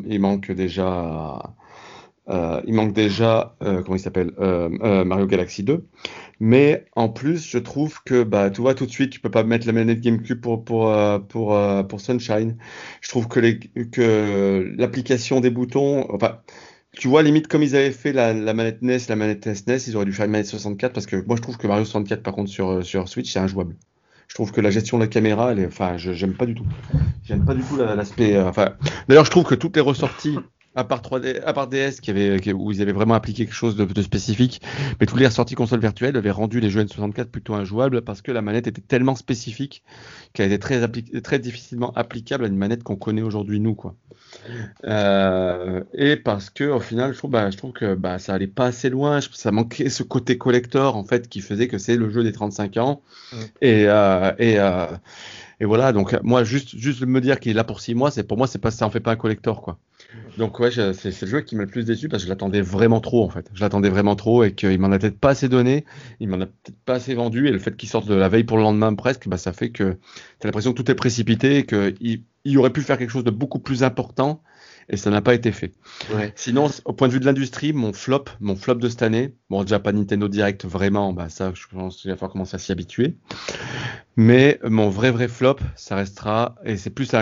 il manque déjà, comment il s'appelle, Mario Galaxy 2. Mais en plus, je trouve que, tu vois, tout de suite, tu peux pas mettre la manette GameCube pour Sunshine. Je trouve que l'application des boutons, enfin, tu vois, limite, comme ils avaient fait la manette NES, la manette SNES, ils auraient dû faire une manette 64 parce que moi, je trouve que Mario 64, par contre, sur Switch, c'est injouable. Je trouve que la gestion de la caméra, j'aime pas du tout. J'aime pas du tout l'aspect. D'ailleurs, je trouve que toutes les ressorties, à part DS, où ils avaient vraiment appliqué quelque chose de spécifique, mais toutes les ressorties consoles virtuelles avaient rendu les jeux N64 plutôt injouables parce que la manette était tellement spécifique qu'elle était très difficilement applicable à une manette qu'on connaît aujourd'hui, nous, quoi. Et parce que, au final, je trouve que ça allait pas assez loin. Ça manquait ce côté collector, en fait, qui faisait que c'est le jeu des 35 ans. Et voilà, donc moi, juste me dire qu'il est là pour 6 mois, pour moi, ça en fait pas un collector, quoi. Donc ouais, c'est le jeu qui m'a le plus déçu parce que je l'attendais vraiment trop, en fait. Je l'attendais vraiment trop et qu'il m'en a peut-être pas assez donné, il m'en a peut-être pas assez vendu, et le fait qu'il sorte de la veille pour le lendemain presque, ça fait que t'as l'impression que tout est précipité et qu'il aurait pu faire quelque chose de beaucoup plus important et ça n'a pas été fait. Ouais. Sinon, au point de vue de l'industrie, mon flop de cette année, bon, déjà pas Nintendo Direct vraiment, ça, je pense qu'il va falloir commencer à s'y habituer. Mais mon vrai flop, ça restera, et c'est plus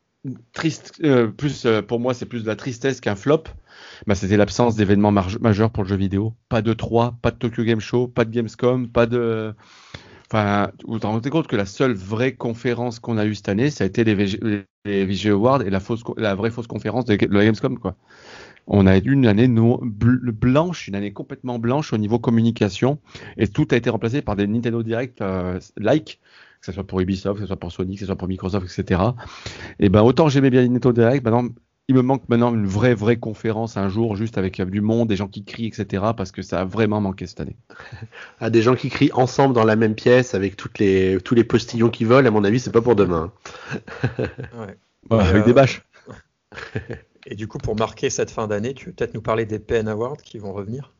pour moi, c'est plus de la tristesse qu'un flop. C'était l'absence d'événements majeurs pour le jeu vidéo. Pas de 3, pas de Tokyo Game Show, pas de Gamescom, pas de. Enfin, vous vous rendez compte que la seule vraie conférence qu'on a eue cette année, ça a été les VG Awards et la vraie fausse conférence de la Gamescom, quoi. On a eu une année blanche, une année complètement blanche au niveau communication, et tout a été remplacé par des Nintendo Direct que ce soit pour Ubisoft, que ce soit pour Sony, que ce soit pour Microsoft, etc. Et autant j'aimais bien les Nintendo Direct, maintenant il me manque maintenant une vraie conférence un jour, juste avec du monde, des gens qui crient, etc. Parce que ça a vraiment manqué cette année. Des gens qui crient ensemble dans la même pièce avec tous les postillons qui volent, à mon avis, c'est pas pour demain. Ouais. Avec des bâches. Et du coup, pour marquer cette fin d'année, tu veux peut-être nous parler des PN Awards qui vont revenir?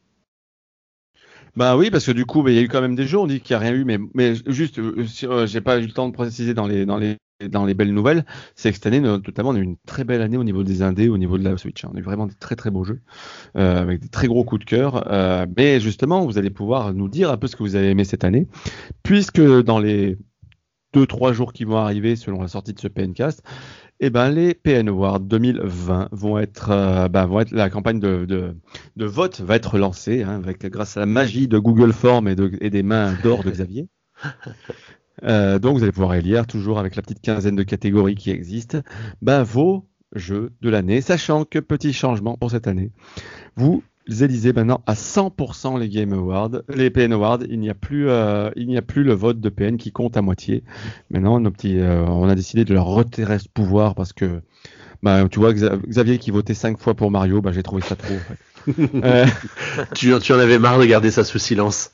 Oui, parce que du coup, il y a eu quand même des jeux, on dit qu'il n'y a rien eu, mais juste, j'ai pas eu le temps de préciser dans les dans les belles nouvelles, c'est que cette année, notamment, on a eu une très belle année au niveau des indés, au niveau de la Switch. On a eu vraiment des très très beaux jeux, avec des très gros coups de cœur. Mais justement, vous allez pouvoir nous dire un peu ce que vous avez aimé cette année, puisque dans les 2-3 jours qui vont arriver, selon la sortie de ce PNcast, eh ben, les PN Awards 2020 vont être la campagne de vote va être lancée, hein, grâce à la magie de Google Forms et des mains d'or de Xavier. Donc vous allez pouvoir élire, toujours avec la petite quinzaine de catégories qui existent, vos jeux de l'année, sachant que petit changement pour cette année, vous élisez maintenant à 100% les Game Awards, les PN Awards. Il n'y a plus le vote de PN qui compte à moitié. Maintenant, on a décidé de leur retirer ce pouvoir parce que, tu vois, Xavier qui votait 5 fois pour Mario, j'ai trouvé ça trop. En fait. Tu en avais marre de garder ça sous silence.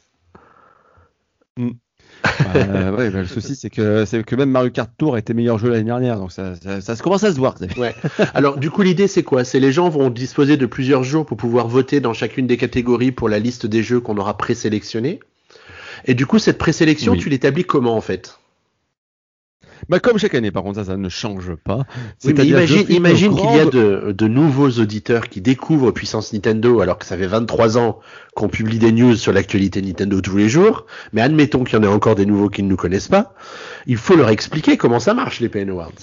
Le souci c'est que même Mario Kart Tour a été meilleur jeu l'année dernière, donc ça commence à se voir. Ouais. Alors du coup l'idée c'est quoi? C'est les gens vont disposer de plusieurs jours pour pouvoir voter dans chacune des catégories pour la liste des jeux qu'on aura présélectionnés. Et du coup cette présélection, tu l'établis comment en fait? Comme chaque année, par contre, ça ne change pas. Oui, mais imagine qu'il y a de nouveaux auditeurs qui découvrent Puissance Nintendo alors que ça fait 23 ans qu'on publie des news sur l'actualité Nintendo tous les jours. Mais admettons qu'il y en ait encore des nouveaux qui ne nous connaissent pas. Il faut leur expliquer comment ça marche les PN Awards.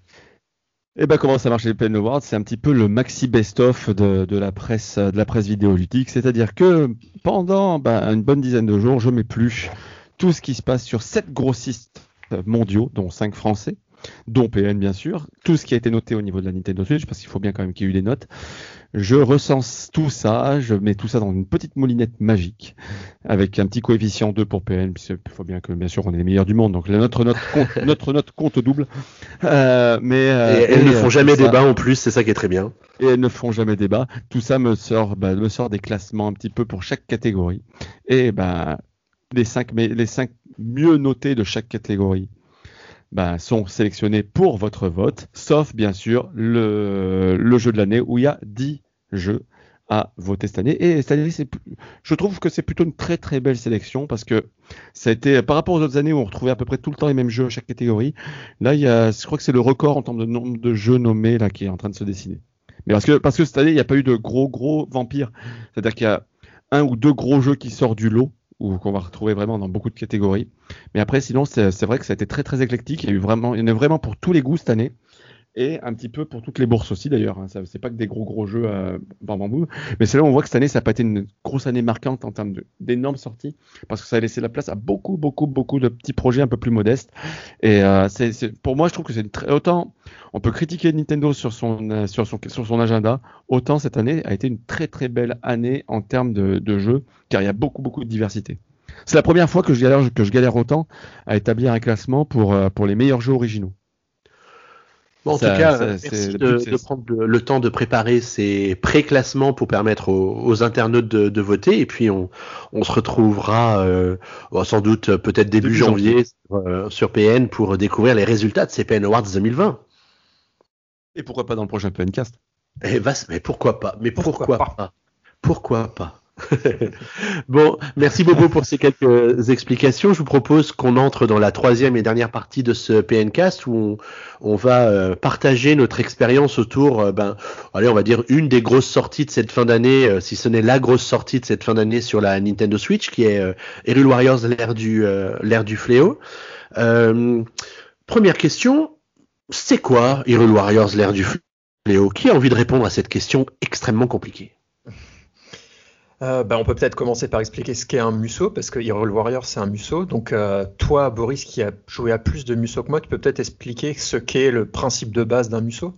Comment ça marche les PN Awards? C'est un petit peu le maxi best-of de la presse vidéoludique. C'est-à-dire que pendant une bonne dizaine de jours, je m'épluche tout ce qui se passe sur 7 grossistes mondiaux, dont 5 français, dont PN bien sûr, tout ce qui a été noté au niveau de la Nintendo Switch, parce qu'il faut bien quand même qu'il y ait eu des notes. Je recense tout ça, je mets tout ça dans une petite moulinette magique, avec un petit coefficient 2 pour PN, puisqu'il faut bien que bien sûr on est les meilleurs du monde, donc notre note compte au double. Mais elles ne font jamais débat en plus, c'est ça qui est très bien. Et elles ne font jamais débat. Tout ça me sort des classements un petit peu pour chaque catégorie. Et les 5 mieux notés de chaque catégorie sont sélectionnés pour votre vote, sauf bien sûr le jeu de l'année où il y a 10 jeux à voter cette année. Et cette année, je trouve que c'est plutôt une très très belle sélection parce que ça a été, par rapport aux autres années où on retrouvait à peu près tout le temps les mêmes jeux à chaque catégorie, là je crois que c'est le record en termes de nombre de jeux nommés là qui est en train de se dessiner. Mais parce que cette année, il n'y a pas eu de gros vampires. C'est-à-dire qu'il y a 1 ou 2 gros jeux qui sortent du lot, ou qu'on va retrouver vraiment dans beaucoup de catégories. Mais après, sinon, c'est vrai que ça a été très très éclectique. Il y en a vraiment pour tous les goûts cette année. Et un petit peu pour toutes les bourses aussi d'ailleurs. C'est pas que des gros jeux bambou. Mais c'est là où on voit que cette année, ça n'a pas été une grosse année marquante en termes d'énormes sorties. Parce que ça a laissé la place à beaucoup de petits projets un peu plus modestes. Et pour moi, je trouve que c'est autant on peut critiquer Nintendo sur son agenda, autant cette année a été une très très belle année en termes de jeux, car il y a beaucoup de diversité. C'est la première fois que je galère autant à établir un classement pour les meilleurs jeux originaux. Bon, en tout cas, merci de prendre le temps de préparer ces pré-classements pour permettre aux internautes de voter. Et puis, on se retrouvera sans doute peut-être début janvier sur PN pour découvrir les résultats de ces PN Awards 2020. Et pourquoi pas dans le prochain PNcast? Mais pourquoi pas? Pourquoi pas? Bon, merci Bobo pour ces quelques explications. Je vous propose qu'on entre dans la 3e et dernière partie de ce PNcast où on va partager notre expérience autour, on va dire une des grosses sorties de cette fin d'année, si ce n'est la grosse sortie de cette fin d'année sur la Nintendo Switch, qui est Hyrule Warriors, l'ère du fléau. Première question, c'est quoi Hyrule Warriors, l'ère du fléau? Qui a envie de répondre à cette question extrêmement compliquée? On peut peut-être commencer par expliquer ce qu'est un Musou, parce que Hyrule Warriors c'est un Musou. Donc toi, Boris, qui a joué à plus de Musou que moi, tu peux peut-être expliquer ce qu'est le principe de base d'un Musou?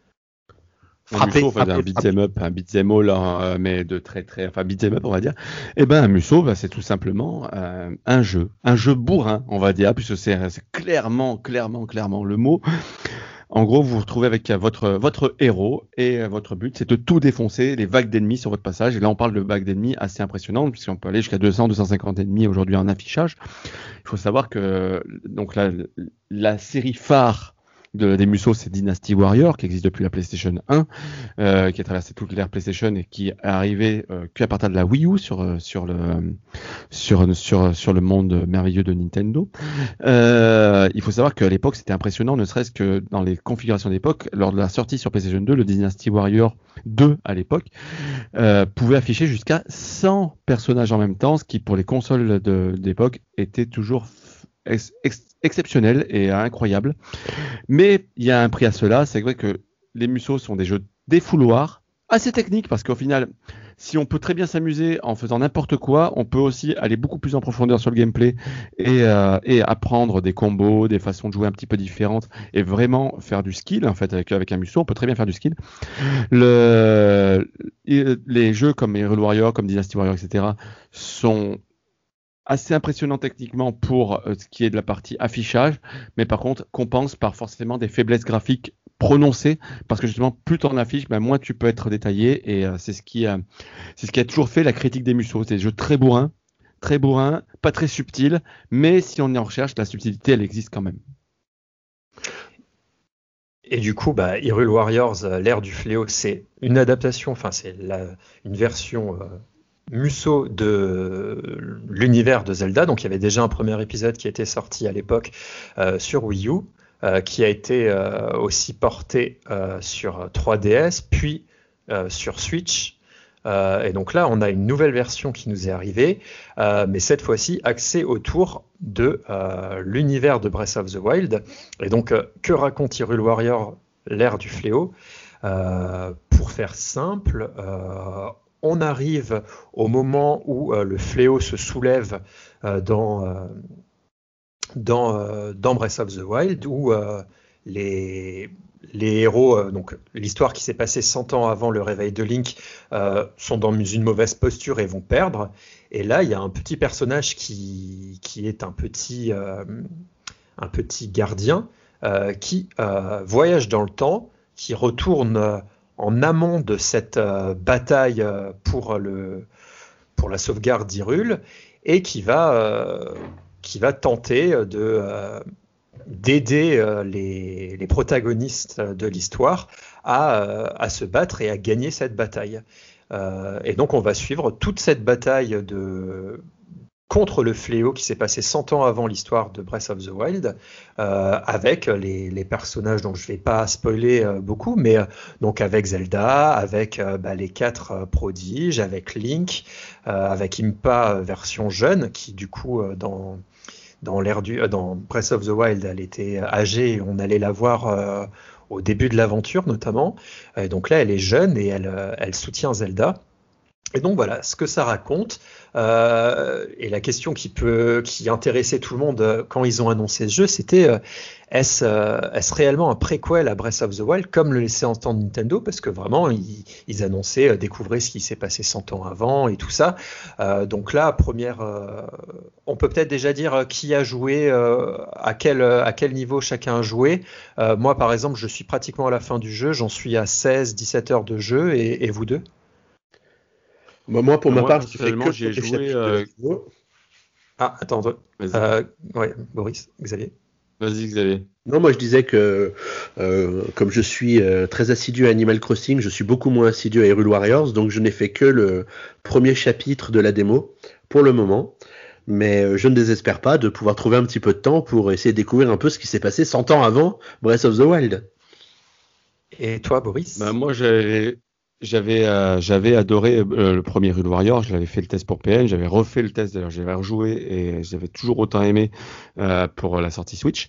Un beat'em up, un beat'em all, mais de très beat'em up on va dire. Un Musou, c'est tout simplement un jeu bourrin, on va dire, puisque c'est clairement le mot. En gros, vous vous retrouvez avec votre héros et votre but, c'est de tout défoncer, les vagues d'ennemis sur votre passage. Et là, on parle de vagues d'ennemis assez impressionnantes, puisqu'on peut aller jusqu'à 200-250 ennemis aujourd'hui en affichage. Il faut savoir que donc la série phare des Musou, c'est Dynasty Warrior, qui existe depuis la PlayStation 1, qui a traversé toute l'ère PlayStation et qui est arrivé qu'à partir de la Wii U sur le monde merveilleux de Nintendo. Il faut savoir qu'à l'époque, c'était impressionnant, ne serait-ce que dans les configurations d'époque, lors de la sortie sur PlayStation 2, le Dynasty Warrior 2 à l'époque, pouvait afficher jusqu'à 100 personnages en même temps, ce qui pour les consoles d'époque était toujours exceptionnel et incroyable. Mais il y a un prix à cela, c'est vrai que les Musou sont des jeux défouloirs, assez techniques, parce qu'au final, si on peut très bien s'amuser en faisant n'importe quoi, on peut aussi aller beaucoup plus en profondeur sur le gameplay et apprendre des combos, des façons de jouer un petit peu différentes et vraiment faire du skill. En fait, avec un Musou, on peut très bien faire du skill. Les jeux comme Hyrule Warrior, comme Dynasty Warrior, etc. sont assez impressionnant techniquement pour ce qui est de la partie affichage, mais par contre compense par forcément des faiblesses graphiques prononcées, parce que justement plus tu en affiches, moins tu peux être détaillé, et c'est ce qui a toujours fait la critique des Musou. C'est des jeux très bourrins, pas très subtils, mais si on est en recherche, la subtilité elle existe quand même. Et du coup, Hyrule Warriors, l'ère du fléau, c'est une adaptation, enfin c'est une version Musou de l'univers de Zelda. Donc il y avait déjà un premier épisode qui était sorti à l'époque sur Wii U, qui a été aussi porté sur 3DS, puis sur Switch. Et donc là, on a une nouvelle version qui nous est arrivée, mais cette fois-ci axée autour de l'univers de Breath of the Wild. Et donc, que raconte Hyrule Warrior, l'ère du fléau ? Pour faire simple, on arrive au moment où le fléau se soulève dans Breath of the Wild, où les héros, donc l'histoire qui s'est passée 100 ans avant le réveil de Link, sont dans une mauvaise posture et vont perdre. Et là, il y a un petit personnage qui est un petit gardien qui voyage dans le temps, qui retourne en amont de cette bataille pour la sauvegarde d'Hyrule, et qui va tenter d'aider les protagonistes de l'histoire à se battre et à gagner cette bataille. Et donc on va suivre toute cette bataille contre le fléau qui s'est passé 100 ans avant l'histoire de Breath of the Wild, avec les personnages, donc je ne vais pas spoiler beaucoup, mais donc avec Zelda, avec les 4 prodiges, avec Link, avec Impa version jeune, qui du coup dans Breath of the Wild, elle était âgée, et on allait la voir au début de l'aventure notamment. Et donc là, elle est jeune et elle soutient Zelda. Et donc voilà ce que ça raconte. Et la question qui intéressait tout le monde quand ils ont annoncé ce jeu, c'était est-ce réellement un préquel à Breath of the Wild, comme le laissait entendre Nintendo, parce que vraiment ils annonçaient découvrez ce qui s'est passé 100 ans avant et tout ça. Donc là, on peut peut-être déjà dire qui a joué, à quel niveau chacun a joué. Moi par exemple, je suis pratiquement à la fin du jeu, j'en suis à 16-17 heures de jeu, et vous deux? Moi, pour ma part, j'ai joué. Ah, attends. Ouais, Boris, Xavier. Vas-y, Xavier. Non, moi je disais que comme je suis très assidu à Animal Crossing, je suis beaucoup moins assidu à Hyrule Warriors, donc je n'ai fait que le premier chapitre de la démo pour le moment. Mais je ne désespère pas de pouvoir trouver un petit peu de temps pour essayer de découvrir un peu ce qui s'est passé 100 ans avant Breath of the Wild. Et toi, Boris? Moi, j'avais adoré le premier Hyrule Warrior. Je l'avais fait le test pour PN, j'avais refait le test, d'ailleurs j'avais rejoué et j'avais toujours autant aimé pour la sortie Switch.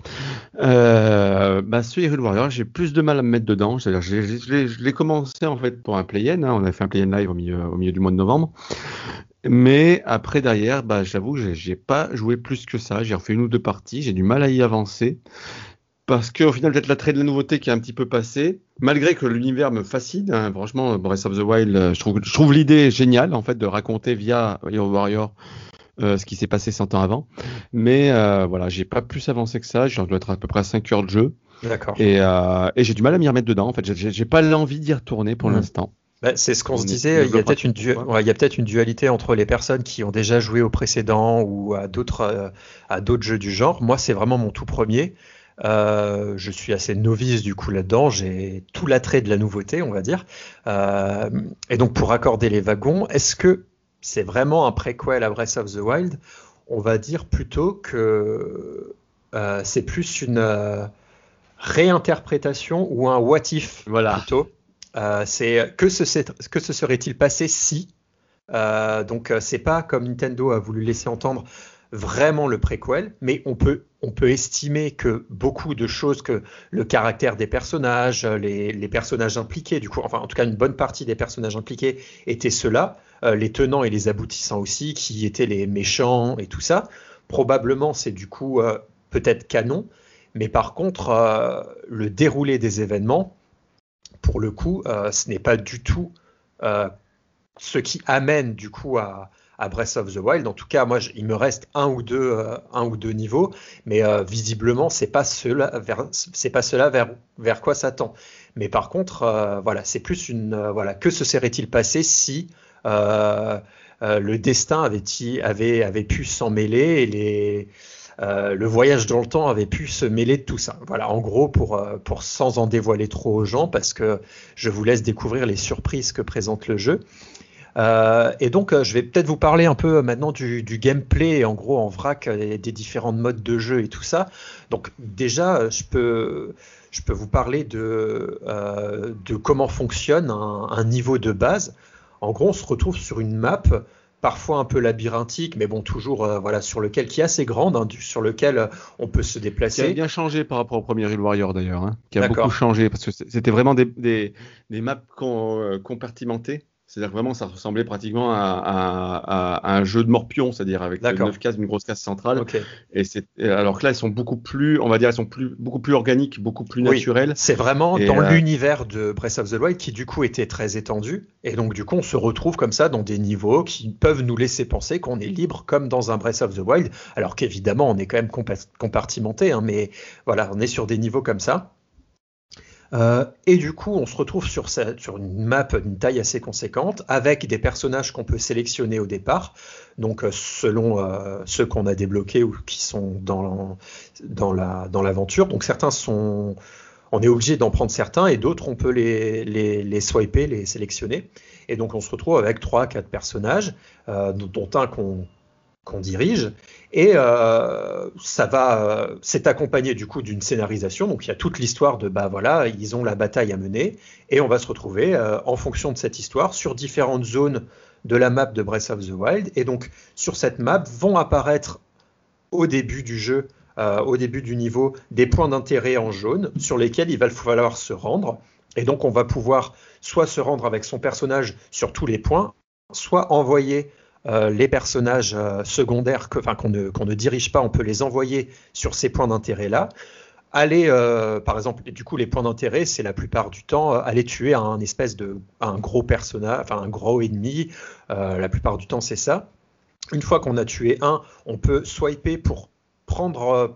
Ce Hyrule Warrior, j'ai plus de mal à me mettre dedans. C'est-à-dire, je l'ai commencé en fait pour un play-in, on a fait un play-in live au milieu du mois de novembre. Mais après derrière, j'avoue, j'ai pas joué plus que ça. J'ai refait 1 ou 2 parties, j'ai du mal à y avancer. Parce qu'au final, peut-être l'attrait de la nouveauté qui est un petit peu passé, malgré que l'univers me fascine. Franchement, Breath of the Wild, je trouve l'idée géniale, en fait, de raconter via Hyrule Warrior ce qui s'est passé 100 ans avant. Mais voilà, j'ai pas plus avancé que ça. Je dois être à peu près à 5 heures de jeu. D'accord. Et j'ai du mal à m'y remettre dedans. En fait, j'ai pas l'envie d'y retourner pour l'instant. C'est ce qu'on se disait, il y a peut-être une dualité entre les personnes qui ont déjà joué au précédent ou à d'autres jeux du genre. Moi, c'est vraiment mon tout premier. Je suis assez novice du coup là-dedans, j'ai tout l'attrait de la nouveauté, on va dire. Et donc pour raccorder les wagons, est-ce que c'est vraiment un préquel à Breath of the Wild? On va dire plutôt que c'est plus une réinterprétation ou un what if plutôt. C'est que se serait-il passé si donc c'est pas comme Nintendo a voulu laisser entendre vraiment le préquel, mais on peut estimer que beaucoup de choses, que le caractère des personnages, les personnages impliqués, du coup, enfin en tout cas une bonne partie des personnages impliqués étaient ceux-là, les tenants et les aboutissants aussi, qui étaient les méchants et tout ça. Probablement c'est du coup peut-être canon, mais par contre le déroulé des événements, pour le coup, ce n'est pas du tout ce qui amène du coup à Breath of the Wild. En tout cas, moi, il me reste un ou deux niveaux, mais visiblement, c'est pas cela vers quoi ça tend. Mais par contre, voilà, c'est plus voilà, que se serait-il passé si le destin avait pu s'en mêler et le voyage dans le temps avait pu se mêler de tout ça. Voilà, en gros, pour sans en dévoiler trop aux gens, parce que je vous laisse découvrir les surprises que présente le jeu. Et donc, je vais peut-être vous parler un peu maintenant du gameplay, en gros, en vrac, des différents modes de jeu et tout ça. Donc, déjà, je peux vous parler de comment fonctionne un niveau de base. En gros, on se retrouve sur une map parfois un peu labyrinthique, mais bon, toujours voilà, qui est assez grande, hein, sur lequel on peut se déplacer. Qui a bien changé par rapport au premier Hill Warrior d'ailleurs, hein, qui a beaucoup changé, parce que c'était vraiment des maps compartimentées. C'est-à-dire vraiment, ça ressemblait pratiquement à un jeu de morpion, c'est-à-dire avec 9 cases, une grosse case centrale. Okay. Alors que là, elles sont beaucoup plus, on va dire, beaucoup plus organiques, beaucoup plus naturelles. Oui, c'est vraiment dans l'univers de Breath of the Wild qui du coup était très étendu. Et donc du coup, on se retrouve comme ça dans des niveaux qui peuvent nous laisser penser qu'on est libre comme dans un Breath of the Wild. Alors qu'évidemment, on est quand même compartimenté, hein, mais voilà, on est sur des niveaux comme ça. Et du coup, on se retrouve sur une map d'une taille assez conséquente, avec des personnages qu'on peut sélectionner au départ, donc selon ceux qu'on a débloqués ou qui sont dans l'aventure. Donc certains on est obligé d'en prendre certains, et d'autres on peut les swiper, les sélectionner. Et donc on se retrouve avec 3-4 personnages, dont un qu'on dirige, et c'est accompagné du coup d'une scénarisation. Donc il y a toute l'histoire de voilà, ils ont la bataille à mener, et on va se retrouver en fonction de cette histoire sur différentes zones de la map de Breath of the Wild. Et donc sur cette map vont apparaître au début du jeu, au début du niveau, des points d'intérêt en jaune sur lesquels il va falloir se rendre. Et donc on va pouvoir soit se rendre avec son personnage sur tous les points, soit envoyer les personnages secondaires qu'on ne dirige pas, on peut les envoyer sur ces points d'intérêt-là. Aller, par exemple, du coup, les points d'intérêt, c'est la plupart du temps aller tuer un gros personnage, enfin un gros ennemi. La plupart du temps, c'est ça. Une fois qu'on a tué un, on peut swiper pour prendre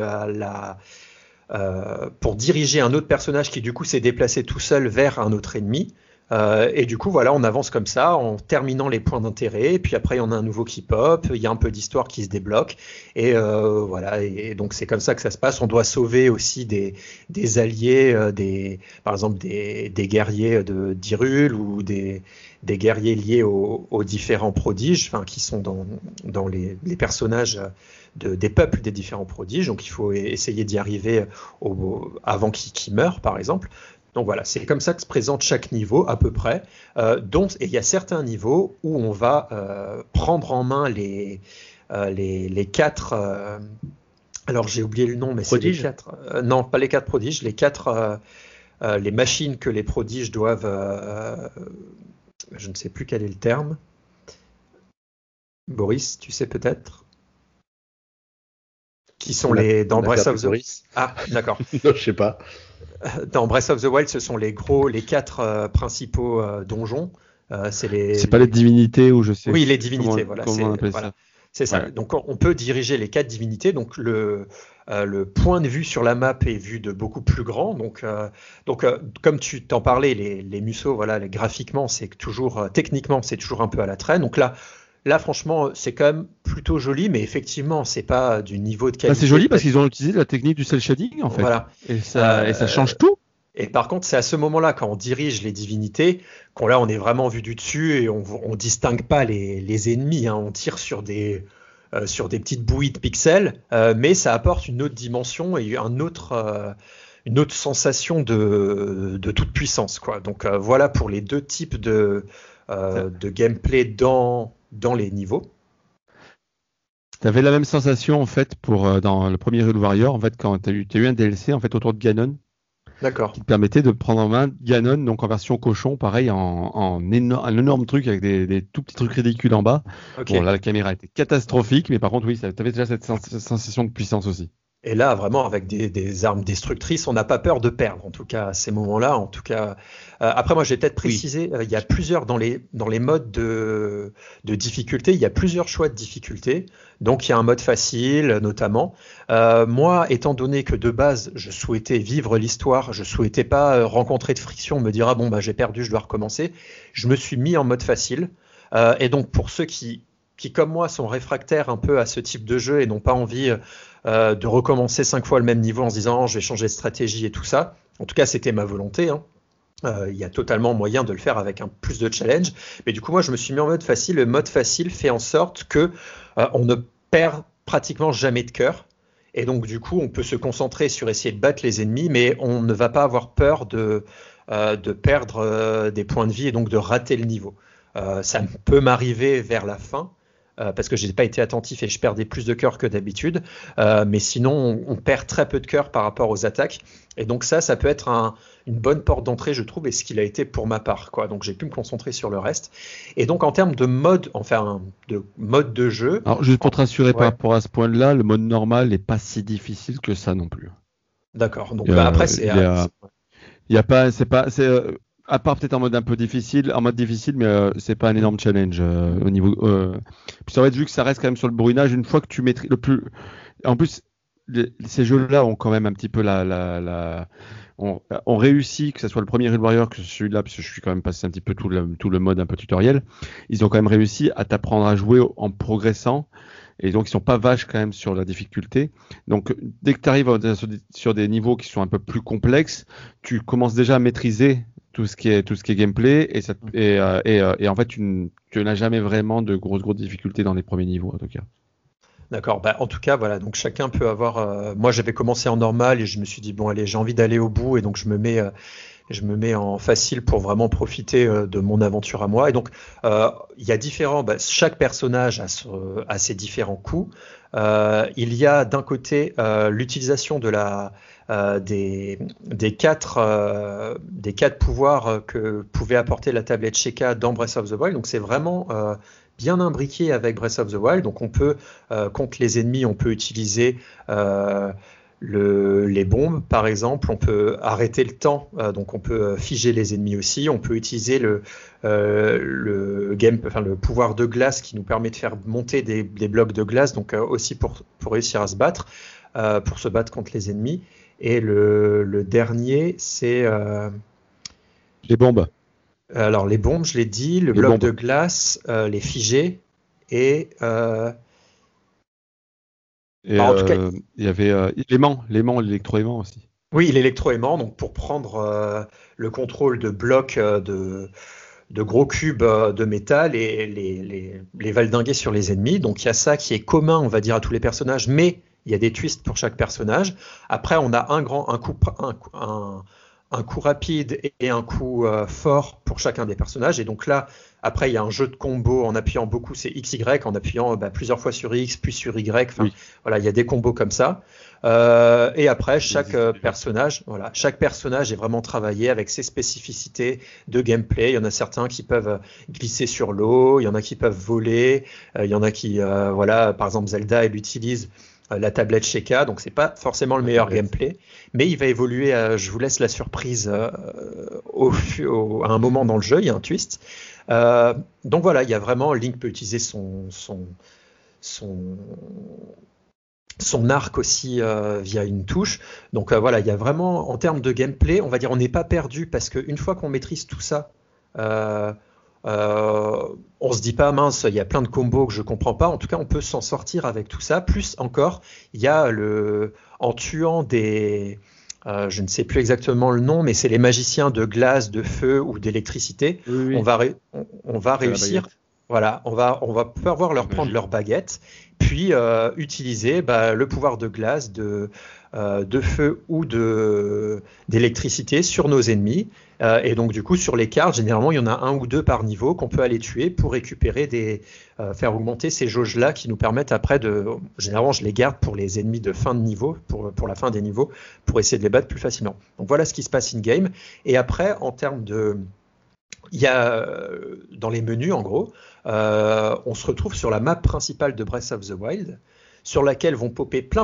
pour diriger un autre personnage qui, du coup, s'est déplacé tout seul vers un autre ennemi. Et du coup, voilà, on avance comme ça en terminant les points d'intérêt. Et puis après, il y en a un nouveau qui pop. Il y a un peu d'histoire qui se débloque. Et voilà. Et donc, c'est comme ça que ça se passe. On doit sauver aussi des alliés, par exemple des guerriers d'Hyrule ou des guerriers liés aux différents prodiges, qui sont dans les personnages des peuples des différents prodiges. Donc, il faut essayer d'y arriver avant qu'ils meurent, par exemple. Donc voilà, c'est comme ça que se présente chaque niveau à peu près. Et il y a certains niveaux où on va prendre en main les 4. Alors j'ai oublié le nom, mais prodiges. C'est les 4. Non, pas les 4 prodiges, les 4 les machines que les prodiges doivent. Je ne sais plus quel est le terme. Boris, tu sais peut-être. Qui sont dans Breath of the Wild. Ah, d'accord. Non, je sais pas. Dans Breath of the Wild, ce sont les 4 principaux donjons. C'est pas les divinités ou je sais. Oui, les divinités. Comment on appelle ça. C'est ça. Ouais. Donc on peut diriger les 4 divinités. Donc le point de vue sur la map est vu de beaucoup plus grand. Donc comme tu t'en parlais, les Musou, voilà, graphiquement, c'est toujours techniquement, c'est toujours un peu à la traîne. Donc là, là, franchement, c'est quand même plutôt joli, mais effectivement, c'est pas du niveau de qualité. C'est joli parce qu'ils ont utilisé la technique du cel shading, en fait. Voilà. Et ça change tout. Et par contre, c'est à ce moment-là, quand on dirige les divinités, là, on est vraiment vu du dessus et on distingue pas les ennemis. Hein. On tire sur des petites bouillies de pixels, mais ça apporte une autre dimension et une autre sensation de toute puissance, quoi. Donc voilà pour les deux types de gameplay dans les niveaux. Tu avais la même sensation en fait dans le premier Hyrule Warrior, en fait, quand tu as eu un DLC en fait autour de Ganon. D'accord. Qui te permettait de prendre en main Ganon, donc en version cochon, pareil, un énorme truc avec des tout petits trucs ridicules en bas. Okay. Bon, là, la caméra était catastrophique, mais par contre, oui, tu avais déjà cette sensation de puissance aussi. Et là, vraiment, avec des armes destructrices, on n'a pas peur de perdre, en tout cas, à ces moments-là. En tout cas, après, moi, j'ai peut-être précisé, il y a plusieurs, dans les modes de difficulté, il y a plusieurs choix de difficulté. Donc, il y a un mode facile, notamment. Moi, étant donné que de base, je souhaitais vivre l'histoire, je souhaitais pas rencontrer de friction, me dire, ah bon, bah, j'ai perdu, je dois recommencer. Je me suis mis en mode facile. Et donc, pour ceux qui, comme moi, sont réfractaires un peu à ce type de jeu et n'ont pas envie de recommencer 5 fois le même niveau en se disant je vais changer de stratégie et tout ça. En tout cas, c'était ma volonté. Hein. Il y a totalement moyen de le faire avec un plus de challenge. Mais du coup, moi, je me suis mis en mode facile. Le mode facile fait en sorte que on ne perd pratiquement jamais de cœur. Et donc, du coup, on peut se concentrer sur essayer de battre les ennemis, mais on ne va pas avoir peur de perdre des points de vie et donc de rater le niveau. Ça peut m'arriver vers la fin, parce que je n'ai pas été attentif et je perdais plus de cœur que d'habitude. Mais sinon, on perd très peu de cœur par rapport aux attaques. Et donc ça peut être une bonne porte d'entrée, je trouve, et ce qu'il a été pour ma part, quoi. Donc j'ai pu me concentrer sur le reste. Et donc en termes de mode, de jeu... Alors juste pour te rassurer par rapport à ce point-là, le mode normal n'est pas si difficile que ça non plus. D'accord. Donc après, c'est... Il y a pas... à part peut-être en mode difficile, mais c'est pas un énorme challenge au niveau. Puis ça va être vu que ça reste quand même sur le bourrinage. Une fois que tu maîtrises le plus, en plus, ces jeux-là ont quand même un petit peu on réussit, que ce soit le premier Hyrule Warrior que celui-là, parce que je suis quand même passé un petit peu tout le mode un peu tutoriel. Ils ont quand même réussi à t'apprendre à jouer en progressant. Et donc, ils sont pas vaches quand même sur la difficulté. Donc, dès que tu arrives sur des niveaux qui sont un peu plus complexes, tu commences déjà à maîtriser tout ce qui est gameplay et en fait tu n'as jamais vraiment de grosses difficultés dans les premiers niveaux en tout cas. D'accord, en tout cas voilà, donc chacun peut avoir moi j'avais commencé en normal et je me suis dit bon allez, j'ai envie d'aller au bout et donc je me mets en facile pour vraiment profiter de mon aventure à moi. Et donc il y a chaque personnage a ses différents coups. Il y a d'un côté l'utilisation de des quatre pouvoirs que pouvait apporter la tablette Sheikah dans Breath of the Wild. Donc c'est vraiment bien imbriqué avec Breath of the Wild. Donc on peut contre les ennemis, on peut utiliser les bombes par exemple. On peut arrêter le temps, donc on peut figer les ennemis aussi. On peut utiliser le pouvoir de glace qui nous permet de faire monter des blocs de glace, donc aussi pour réussir à se battre contre les ennemis. Et le dernier, c'est... les bombes. Alors, les bombes, je l'ai dit, le bloc de glace, les figés, et... en tout cas, il y avait l'aimant, l'électro-aimant aussi. Oui, l'électro-aimant, donc pour prendre le contrôle de blocs de gros cubes de métal et les valdinguer sur les ennemis. Donc, il y a ça qui est commun, on va dire, à tous les personnages, mais... il y a des twists pour chaque personnage. Après, on a un coup rapide et un coup fort pour chacun des personnages. Et donc là, après, il y a un jeu de combo en appuyant beaucoup, c'est XY, en appuyant plusieurs fois sur X, puis sur Y. Enfin, voilà, il y a des combos comme ça. Et après, chaque personnage est vraiment travaillé avec ses spécificités de gameplay. Il y en a certains qui peuvent glisser sur l'eau, il y en a qui peuvent voler, il y en a qui, par exemple, Zelda, elle utilise la tablette Sheikah, donc c'est pas forcément le meilleur gameplay, mais il va évoluer. Je vous laisse la surprise à un moment dans le jeu, il y a un twist. Donc voilà, il y a vraiment Link peut utiliser son arc aussi via une touche. Donc voilà, il y a vraiment en termes de gameplay, on va dire, on n'est pas perdu parce qu'une fois qu'on maîtrise tout ça. on se dit pas mince, il y a plein de combos que je comprends pas. En tout cas, on peut s'en sortir avec tout ça. Plus encore, il y a en tuant des, je ne sais plus exactement le nom, mais c'est les magiciens de glace, de feu ou d'électricité. Oui. On va réussir. Voilà, on va pouvoir leur prendre leur baguette, puis utiliser le pouvoir de glace, de feu ou d'électricité sur nos ennemis. Et donc du coup sur les cartes, généralement il y en a un ou deux par niveau qu'on peut aller tuer pour récupérer faire augmenter ces jauges-là qui nous permettent après généralement je les garde pour les ennemis de fin de niveau, pour la fin des niveaux, pour essayer de les battre plus facilement. Donc voilà ce qui se passe in-game. Et après en termes il y a dans les menus en gros, on se retrouve sur la map principale de Breath of the Wild, sur laquelle vont popper plein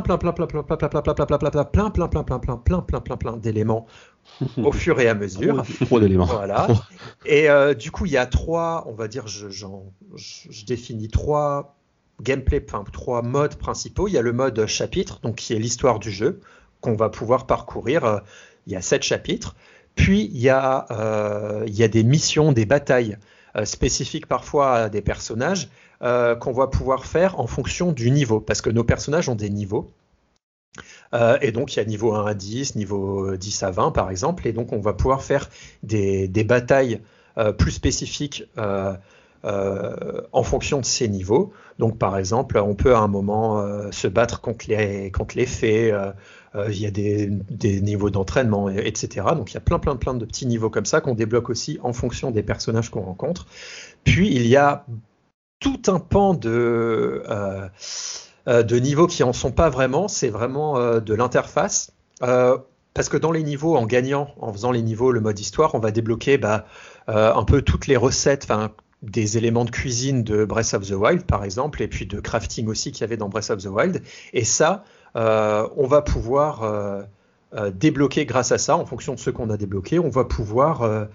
d'éléments au fur et à mesure. Trop d'éléments. Voilà. Et du coup, il y a trois, on va dire, je définis trois gameplay, trois modes principaux. Il y a le mode chapitre, donc qui est l'histoire du jeu, qu'on va pouvoir parcourir. Il y a 7 chapitres. Puis il y a des missions, des batailles spécifiques parfois à des personnages qu'on va pouvoir faire en fonction du niveau, parce que nos personnages ont des niveaux. Et donc il y a niveau 1 à 10, niveau 10 à 20 par exemple, et donc on va pouvoir faire des batailles plus spécifiques en fonction de ces niveaux. Donc par exemple, on peut à un moment se battre contre les fées, il y a des niveaux d'entraînement, etc. Donc il y a plein de petits niveaux comme ça qu'on débloque aussi en fonction des personnages qu'on rencontre. Puis il y a tout un pan de niveaux qui en sont pas vraiment, c'est vraiment de l'interface. Parce que dans les niveaux, en gagnant, en faisant les niveaux, le mode histoire, on va débloquer un peu toutes les recettes, des éléments de cuisine de Breath of the Wild par exemple, et puis de crafting aussi qu'il y avait dans Breath of the Wild. Et ça, on va pouvoir débloquer grâce à ça, en fonction de ce qu'on a débloqué, on va pouvoir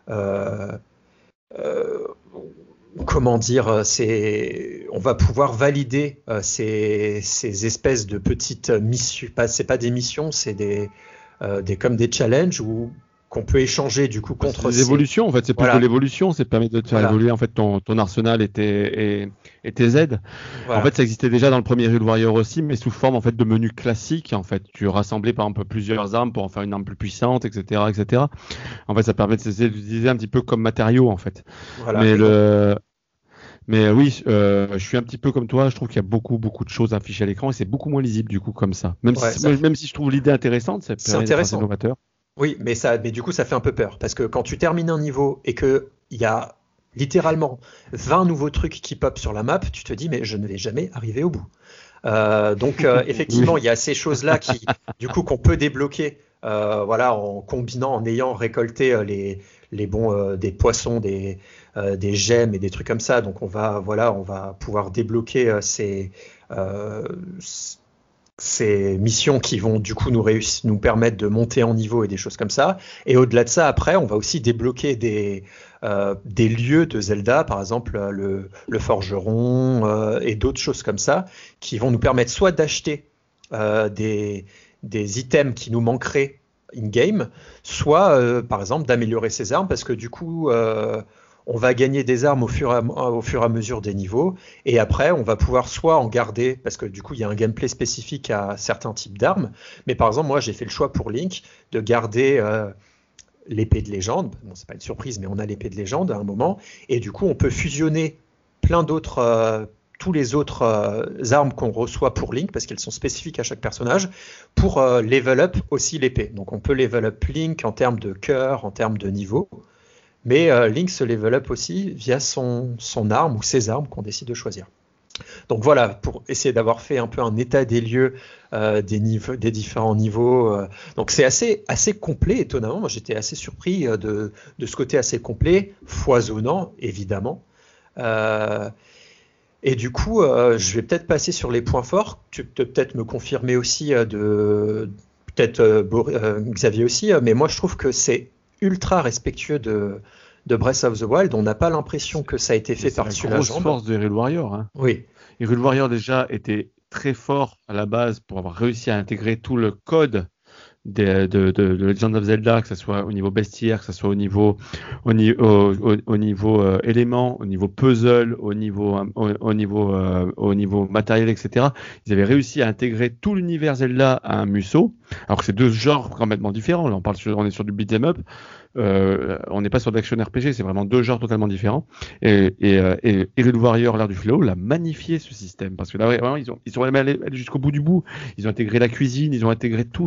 on va pouvoir valider ces espèces de petites missions. C'est pas des missions, c'est comme des challenges qu'on peut échanger du coup contre des évolutions en fait, c'est plus voilà. de l'évolution, c'est permettre de te faire évoluer en fait ton arsenal et tes aides. Voilà. En fait, ça existait déjà dans le premier Hyrule Warrior aussi, mais sous forme en fait de menu classique. En fait, tu rassemblais par exemple plusieurs armes pour en faire une arme plus puissante, etc. En fait, ça permet de s'utiliser un petit peu comme matériau en fait. Voilà. Mais oui, je suis un petit peu comme toi. Je trouve qu'il y a beaucoup de choses affichées à l'écran et c'est beaucoup moins lisible du coup comme ça. Même si je trouve l'idée intéressante, c'est intéressant. Innovateur. Oui, mais du coup, ça fait un peu peur parce que quand tu termines un niveau et que il y a littéralement 20 nouveaux trucs qui pop sur la map, tu te dis mais je ne vais jamais arriver au bout. Donc effectivement, il y a ces choses-là du coup qu'on peut débloquer. En combinant, en ayant récolté les bons des poissons, des gemmes et des trucs comme ça. Donc on va pouvoir débloquer ces missions qui vont du coup nous permettre de monter en niveau et des choses comme ça. Et au-delà de ça, après, on va aussi débloquer des lieux de Zelda, par exemple le forgeron et d'autres choses comme ça, qui vont nous permettre soit d'acheter des items qui nous manqueraient in-game, soit par exemple d'améliorer ses armes, parce que du coup on va gagner des armes au fur et à mesure des niveaux, et après on va pouvoir soit en garder, parce que du coup il y a un gameplay spécifique à certains types d'armes, mais par exemple moi j'ai fait le choix pour Link de garder l'épée de légende. Bon, c'est pas une surprise, mais on a l'épée de légende à un moment, et du coup on peut fusionner plein d'autres tous les autres armes qu'on reçoit pour Link, parce qu'elles sont spécifiques à chaque personnage, pour level up aussi l'épée. Donc on peut level up Link en termes de cœur, en termes de niveau, mais Link se level up aussi via son arme ou ses armes qu'on décide de choisir. Donc voilà, pour essayer d'avoir fait un peu un état des lieux des différents niveaux. Donc c'est assez complet, étonnamment. Moi j'étais assez surpris de ce côté assez complet, foisonnant évidemment. Et du coup, je vais peut-être passer sur les points forts. Tu peux peut-être me confirmer aussi Xavier aussi, mais moi je trouve que c'est ultra respectueux de Breath of the Wild. On n'a pas l'impression que ça a été fait par-dessus la jambe. C'est la grosse force de Hyrule Warrior. Hein. Oui. Hyrule Warrior déjà était très fort à la base pour avoir réussi à intégrer tout le code de Legend of Zelda, que ce soit au niveau bestiaire, que ce soit au niveau éléments, au niveau puzzle, au niveau matériel, etc. Ils avaient réussi à intégrer tout l'univers Zelda à un Musou, alors que c'est deux genres complètement différents. Là, on est sur du beat'em up. On n'est pas sur d'action RPG, c'est vraiment deux genres totalement différents. Et Hyrule Warrior, l'ère du fléau, l'a magnifié ce système, parce que là vraiment ils sont allés jusqu'au bout du bout. Ils ont intégré la cuisine, ils ont intégré tous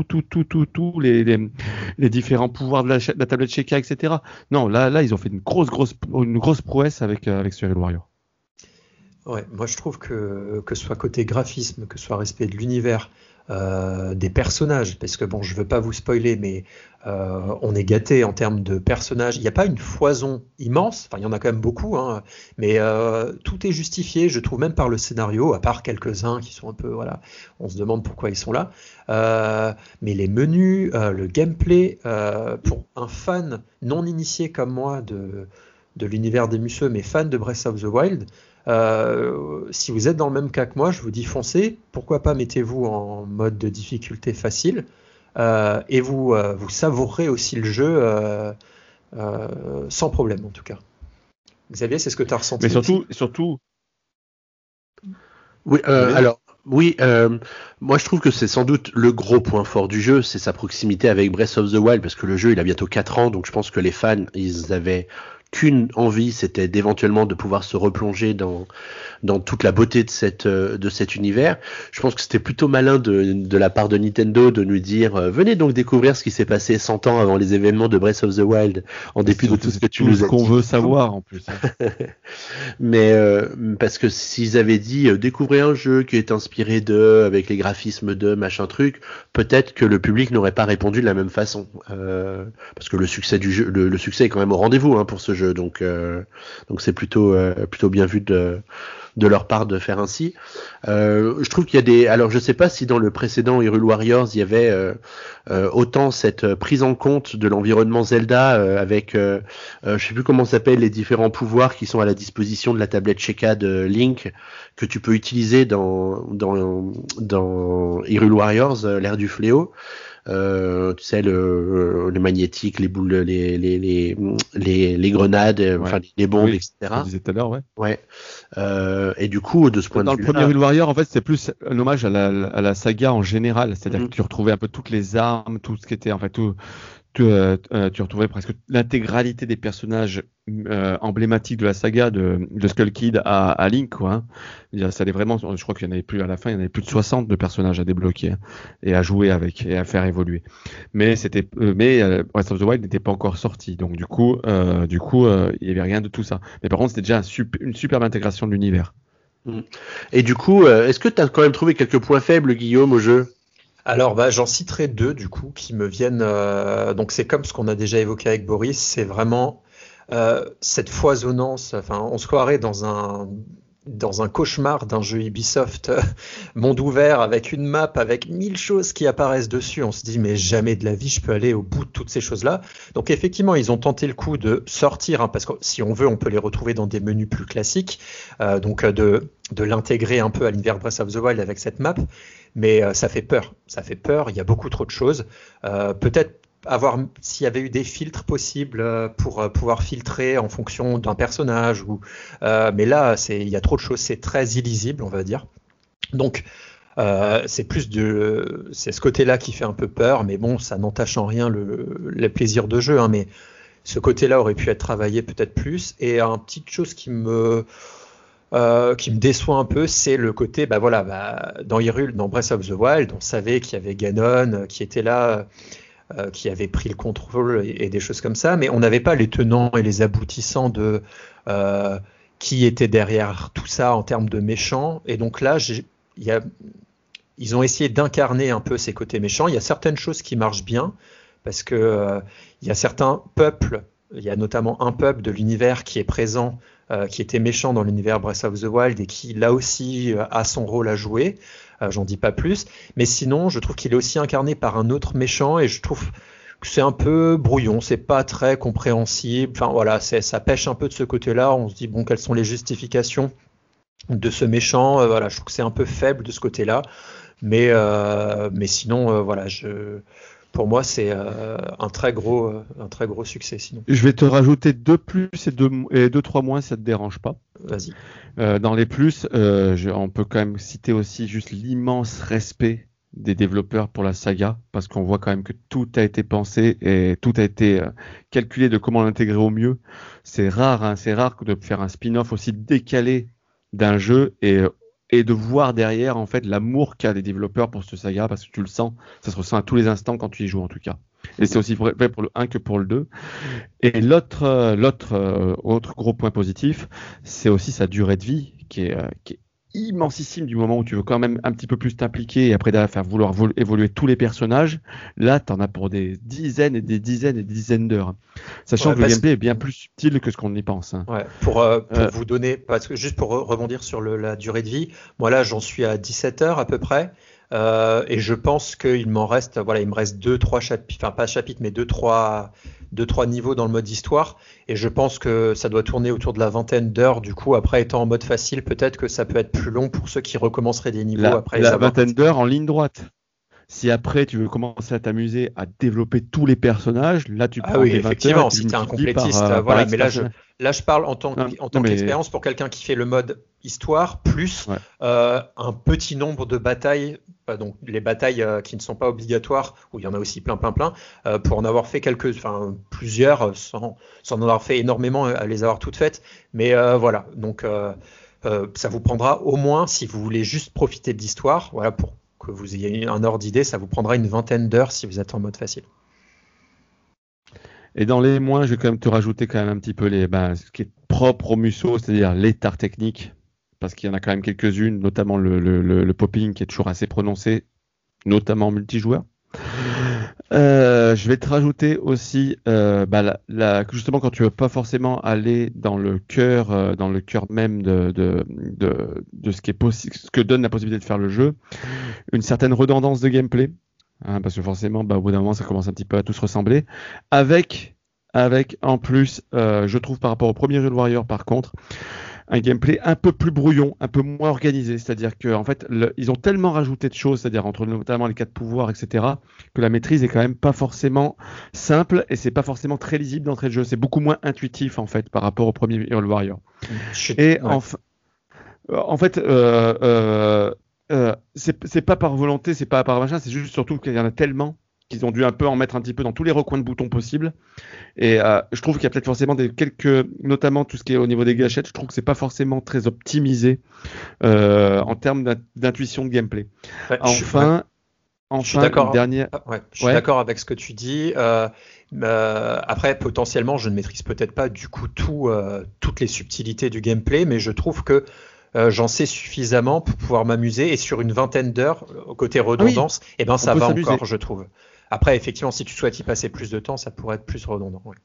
les différents pouvoirs de la tablette Sheikah, etc. Non, là ils ont fait une grosse prouesse avec ce Hyrule Warrior. Ouais, moi je trouve que ce soit côté graphisme, que ce soit respect de l'univers, des personnages, parce que bon, je veux pas vous spoiler, mais on est gâté en termes de personnages. Il n'y a pas une foison immense, enfin il y en a quand même beaucoup, hein, mais tout est justifié, je trouve, même par le scénario, à part quelques-uns qui sont un peu, voilà, on se demande pourquoi ils sont là. Mais les menus, le gameplay, pour un fan non initié comme moi de l'univers des Musou, mais fan de Breath of the Wild, si vous êtes dans le même cas que moi, je vous dis foncez. Pourquoi pas mettez-vous en mode de difficulté facile et vous savourerez aussi le jeu sans problème en tout cas. Xavier, c'est ce que tu as ressenti? Mais surtout. Oui, alors. Oui, moi je trouve que c'est sans doute le gros point fort du jeu, c'est sa proximité avec Breath of the Wild, parce que le jeu il a bientôt 4 ans, donc je pense que les fans, ils avaient qu'une envie, c'était d'éventuellement de pouvoir se replonger dans toute la beauté de cet univers. Je pense que c'était plutôt malin de la part de Nintendo de nous dire venez donc découvrir ce qui s'est passé 100 ans avant les événements de Breath of the Wild, en dépit de tout ce que tu nous as dit. Tout ce qu'on veut savoir en plus. Mais parce que s'ils avaient dit découvrez un jeu qui est inspiré avec les graphismes de machin truc, peut-être que le public n'aurait pas répondu de la même façon. Parce que le succès du jeu, le succès est quand même au rendez-vous pour ce jeu, donc c'est plutôt bien vu de leur part de faire ainsi. Je trouve qu'il y a alors je sais pas si dans le précédent Hyrule Warriors il y avait autant cette prise en compte de l'environnement Zelda avec je sais plus comment s'appellent les différents pouvoirs qui sont à la disposition de la tablette Sheikah de Link, que tu peux utiliser dans Hyrule Warriors, l'ère du fléau. Tu sais, les magnétiques, les boules, les grenades, enfin les bombes, etc. Je disais tout à l'heure, ouais. Ouais. Et du coup, de ce point de vue, dans le premier Hyrule Warrior, en fait, c'était plus un hommage à la saga en général, c'est-à-dire que tu retrouvais un peu toutes les armes, tout ce qui était, en fait, tu retrouvais presque l'intégralité des personnages emblématiques de la saga de Skull Kid à Link, quoi. Hein. Ça allait vraiment, je crois qu'il y en avait plus à la fin, il y en avait plus de 60 de personnages à débloquer et à jouer avec et à faire évoluer. Mais Breath of the Wild n'était pas encore sorti, donc du coup, il y avait rien de tout ça. Mais par contre, c'était déjà une superbe intégration de l'univers. Et du coup, est-ce que tu as quand même trouvé quelques points faibles, Guillaume, au jeu? Alors, j'en citerai deux du coup qui me viennent. Donc, c'est comme ce qu'on a déjà évoqué avec Boris, c'est vraiment cette foisonnance. Enfin, on se croirait dans un cauchemar d'un jeu Ubisoft monde ouvert avec une map avec 1000 choses qui apparaissent dessus. On se dit mais jamais de la vie je peux aller au bout de toutes ces choses-là. Donc effectivement ils ont tenté le coup de sortir, parce que si on veut on peut les retrouver dans des menus plus classiques, donc de l'intégrer un peu à l'univers Breath of the Wild avec cette map, mais ça fait peur. Il y a beaucoup trop de choses. Peut-être s'il y avait eu des filtres possibles pour pouvoir filtrer en fonction d'un personnage, mais là il y a trop de choses, c'est très illisible on va dire. Donc c'est ce côté-là qui fait un peu peur, mais bon ça n'entache en rien le plaisir de jeu, hein, mais ce côté-là aurait pu être travaillé peut-être plus. Et une petite chose qui me déçoit un peu, c'est le côté, dans Hyrule, dans Breath of the Wild, on savait qu'il y avait Ganon qui était là, qui avait pris le contrôle et des choses comme ça, mais on n'avait pas les tenants et les aboutissants de qui était derrière tout ça en termes de méchants. Et donc là, ils ont essayé d'incarner un peu ces côtés méchants. Il y a certaines choses qui marchent bien, parce que il y a certains peuples, il y a notamment un peuple de l'univers qui est présent, qui était méchant dans l'univers Breath of the Wild et qui là aussi a son rôle à jouer. J'en dis pas plus, mais sinon je trouve qu'il est aussi incarné par un autre méchant et je trouve que c'est un peu brouillon, c'est pas très compréhensible. Enfin voilà, ça pêche un peu de ce côté-là. On se dit bon, quelles sont les justifications de ce méchant? Voilà, je trouve que c'est un peu faible de ce côté-là, mais sinon voilà, pour moi, c'est un très gros succès sinon. Je vais te rajouter 2 plus et 2-3 moins si ça te dérange pas. Vas-y. Dans les plus, on peut quand même citer aussi juste l'immense respect des développeurs pour la saga, parce qu'on voit quand même que tout a été pensé et tout a été calculé de comment l'intégrer au mieux. C'est rare de faire un spin-off aussi décalé d'un jeu et de voir derrière en fait l'amour qu'a les développeurs pour cette saga, parce que tu le sens, ça se ressent à tous les instants quand tu y joues en tout cas. Et c'est aussi vrai pour le 1 que pour le 2. Et autre gros point positif, c'est aussi sa durée de vie qui est immensissime du moment où tu veux quand même un petit peu plus t'impliquer et après derrière faire vouloir évoluer tous les personnages. Là, t'en as pour des dizaines et des dizaines et des dizaines d'heures. Sachant que le gameplay est bien plus subtil que ce qu'on y pense. Ouais, pour vous donner, parce que juste pour rebondir sur la durée de vie, moi là j'en suis à 17 heures à peu près. Et je pense qu'il m'en reste, il me reste 2-3 chapitres, enfin pas chapitres, mais 2-3 niveaux dans le mode histoire. Et je pense que ça doit tourner autour de la 20aine d'heures. Du coup, après étant en mode facile, peut-être que ça peut être plus long pour ceux qui recommenceraient des niveaux après les avoir. La 20aine d'heures en ligne droite. Si après tu veux commencer à t'amuser à développer tous les personnages, là tu prends des 20 effectivement, heures, si tu es un complétiste, mais là je parle en tant qu'expérience pour quelqu'un qui fait le mode histoire plus un petit nombre de batailles, donc les batailles qui ne sont pas obligatoires, où il y en a aussi plein, pour en avoir fait plusieurs, sans en avoir fait énormément à les avoir toutes faites, mais voilà, donc ça vous prendra au moins, si vous voulez juste profiter de l'histoire, voilà, pour que vous ayez un ordre d'idée, ça vous prendra une 20aine d'heures si vous êtes en mode facile. Et dans les moins, je vais quand même te rajouter quand même un petit peu ce qui est propre au Musou, c'est-à-dire les tares techniques, parce qu'il y en a quand même quelques-unes, notamment le popping qui est toujours assez prononcé, notamment en multijoueur. Je vais te rajouter aussi, justement quand tu veux pas forcément aller dans le cœur même de ce qui est possible, ce que donne la possibilité de faire le jeu, une certaine redondance de gameplay, parce que forcément, au bout d'un moment, ça commence un petit peu à tous ressembler, avec en plus, je trouve par rapport au premier Hyrule Warrior, par contre, un gameplay un peu plus brouillon, un peu moins organisé. C'est-à-dire que en fait, ils ont tellement rajouté de choses, c'est-à-dire entre notamment les 4 pouvoirs, etc., que la maîtrise est quand même pas forcément simple et c'est pas forcément très lisible d'entrée de jeu. C'est beaucoup moins intuitif en fait par rapport au premier Hyrule Warrior. C'est pas par volonté, c'est pas par machin, c'est juste surtout qu'il y en a tellement qu'ils ont dû un peu en mettre un petit peu dans tous les recoins de boutons possibles. Et je trouve qu'il y a peut-être forcément notamment tout ce qui est au niveau des gâchettes, je trouve que c'est pas forcément très optimisé en termes d'intuition de gameplay. Je suis d'accord. Je suis d'accord avec ce que tu dis. Après, potentiellement, je ne maîtrise peut-être pas du coup toutes les subtilités du gameplay, mais je trouve que j'en sais suffisamment pour pouvoir m'amuser. Et sur une 20aine d'heures, côté redondance, ça va encore, je trouve. Après, effectivement, si tu souhaites y passer plus de temps, ça pourrait être plus redondant. Ouais.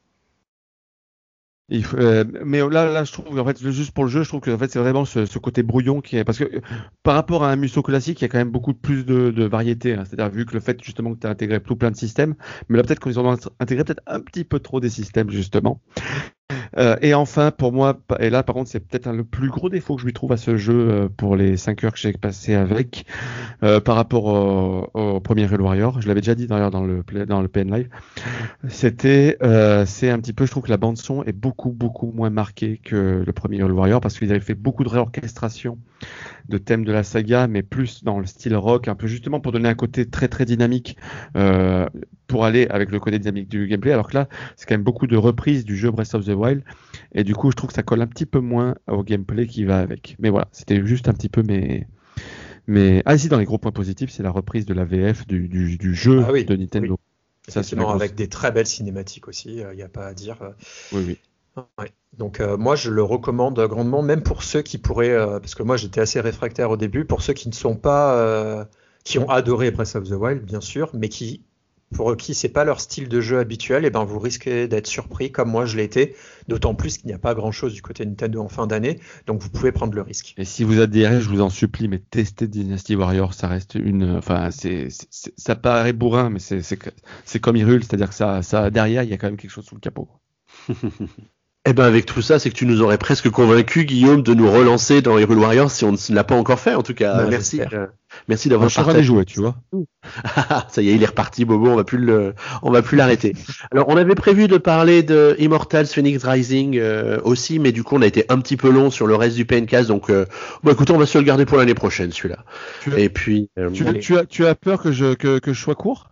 Mais là, je trouve en fait, juste pour le jeu, je trouve que en fait, c'est vraiment ce côté brouillon qui est, parce que par rapport à un Musou classique, il y a quand même beaucoup plus de variété. C'est-à-dire vu que le fait justement que tu as intégré plein de systèmes, mais là peut-être qu'ils ont intégré peut-être un petit peu trop des systèmes justement. Et enfin, pour moi, et là par contre, c'est peut-être le plus gros défaut que je lui trouve à ce jeu pour les 5 heures que j'ai passé avec, par rapport au premier Hyrule Warrior. Je l'avais déjà dit d'ailleurs dans le PN Live. C'est un petit peu, je trouve que la bande son est beaucoup moins marquée que le premier Hyrule Warrior parce qu'ils avaient fait beaucoup de réorchestration de thèmes de la saga, mais plus dans le style rock, un peu justement pour donner un côté très très dynamique, pour aller avec le côté dynamique du gameplay, alors que là, c'est quand même beaucoup de reprises du jeu Breath of the Wild, et du coup, je trouve que ça colle un petit peu moins au gameplay qui va avec. Mais voilà, c'était juste un petit peu ici dans les gros points positifs, c'est la reprise de la VF du jeu de Nintendo. Oui. Ça, c'est avec des très belles cinématiques aussi, il n'y a pas à dire. Oui. Ouais. Donc moi je le recommande grandement, même pour ceux qui pourraient, parce que moi j'étais assez réfractaire au début, pour ceux qui ne sont pas, qui ont adoré Breath of the Wild bien sûr, mais pour qui c'est pas leur style de jeu habituel, et ben vous risquez d'être surpris comme moi je l'ai été, d'autant plus qu'il n'y a pas grand chose du côté Nintendo en fin d'année, donc vous pouvez prendre le risque. Et si vous adhérez, je vous en supplie, mais testez Dynasty Warrior, ça reste ça paraît bourrin, mais c'est comme Hyrule, c'est-à-dire que ça derrière il y a quand même quelque chose sous le capot. Eh ben avec tout ça, c'est que tu nous aurais presque convaincu, Guillaume, de nous relancer dans Hyrule Warriors si on ne l'a pas encore fait, en tout cas. Merci. Merci d'avoir Je suis en train de jouer, tu vois. Ça y est, il est reparti, Bobo, on va plus l'arrêter. Alors, on avait prévu de parler de Immortals Phoenix Rising aussi, mais du coup, on a été un petit peu long sur le reste du PNcast, donc écoutez, on va se le garder pour l'année prochaine, celui-là. Et puis, tu as peur que je sois court?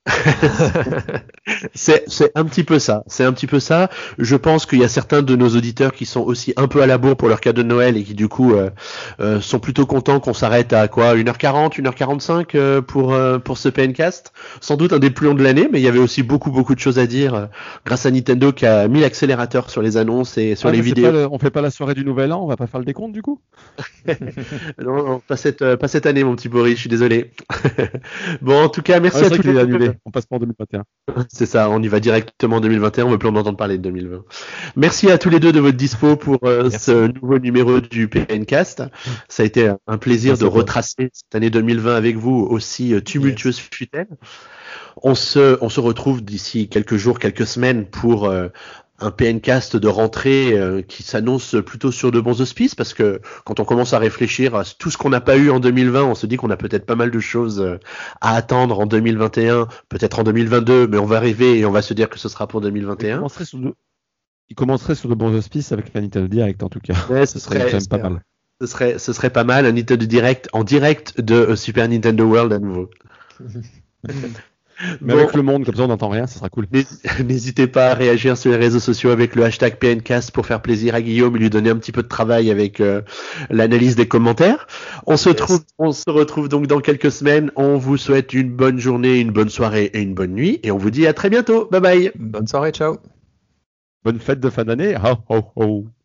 C'est un petit peu ça. C'est un petit peu ça. Je pense qu'il y a certains de nos auditeurs qui sont aussi un peu à la bourre pour leur cadeau de Noël et qui du coup sont plutôt contents qu'on s'arrête à quoi 1h40, 1h45 pour ce PNcast. Sans doute un des plus longs de l'année, mais il y avait aussi beaucoup de choses à dire grâce à Nintendo qui a mis l'accélérateur sur les annonces et sur les vidéos. On fait pas la soirée du Nouvel An, on va pas faire le décompte du coup? Non, pas cette année, mon petit Boris, je suis désolé. Bon, en tout cas, merci à tous les annulé. On passe pas en 2021. C'est ça, on y va directement en 2021, on veut plus en entendre parler de 2020. Merci à tous les deux de votre dispo pour ce nouveau numéro du PNcast. Ça a été un plaisir de retracer cette année 2020 avec vous, aussi tumultueuse fut-elle. On se retrouve d'ici quelques jours, quelques semaines pour un PNcast de rentrée qui s'annonce plutôt sur de bons auspices, parce que quand on commence à réfléchir à tout ce qu'on n'a pas eu en 2020, on se dit qu'on a peut-être pas mal de choses à attendre en 2021, peut-être en 2022, mais on va rêver et on va se dire que ce sera pour 2021. Il commencerait sur de bons auspices avec la Nintendo Direct en tout cas. Ouais, ce serait quand même pas mal. Ce serait pas mal, un Nintendo Direct en direct de Super Nintendo World à nouveau. Mais avec le monde, comme ça on n'entend rien, ça sera cool. N'hésitez pas à réagir sur les réseaux sociaux avec le hashtag PNcast pour faire plaisir à Guillaume et lui donner un petit peu de travail avec l'analyse des commentaires. On se retrouve donc dans quelques semaines. On vous souhaite une bonne journée, une bonne soirée et une bonne nuit. Et on vous dit à très bientôt. Bye bye. Bonne soirée, ciao. Bonne fête de fin d'année. Ho, ho, ho.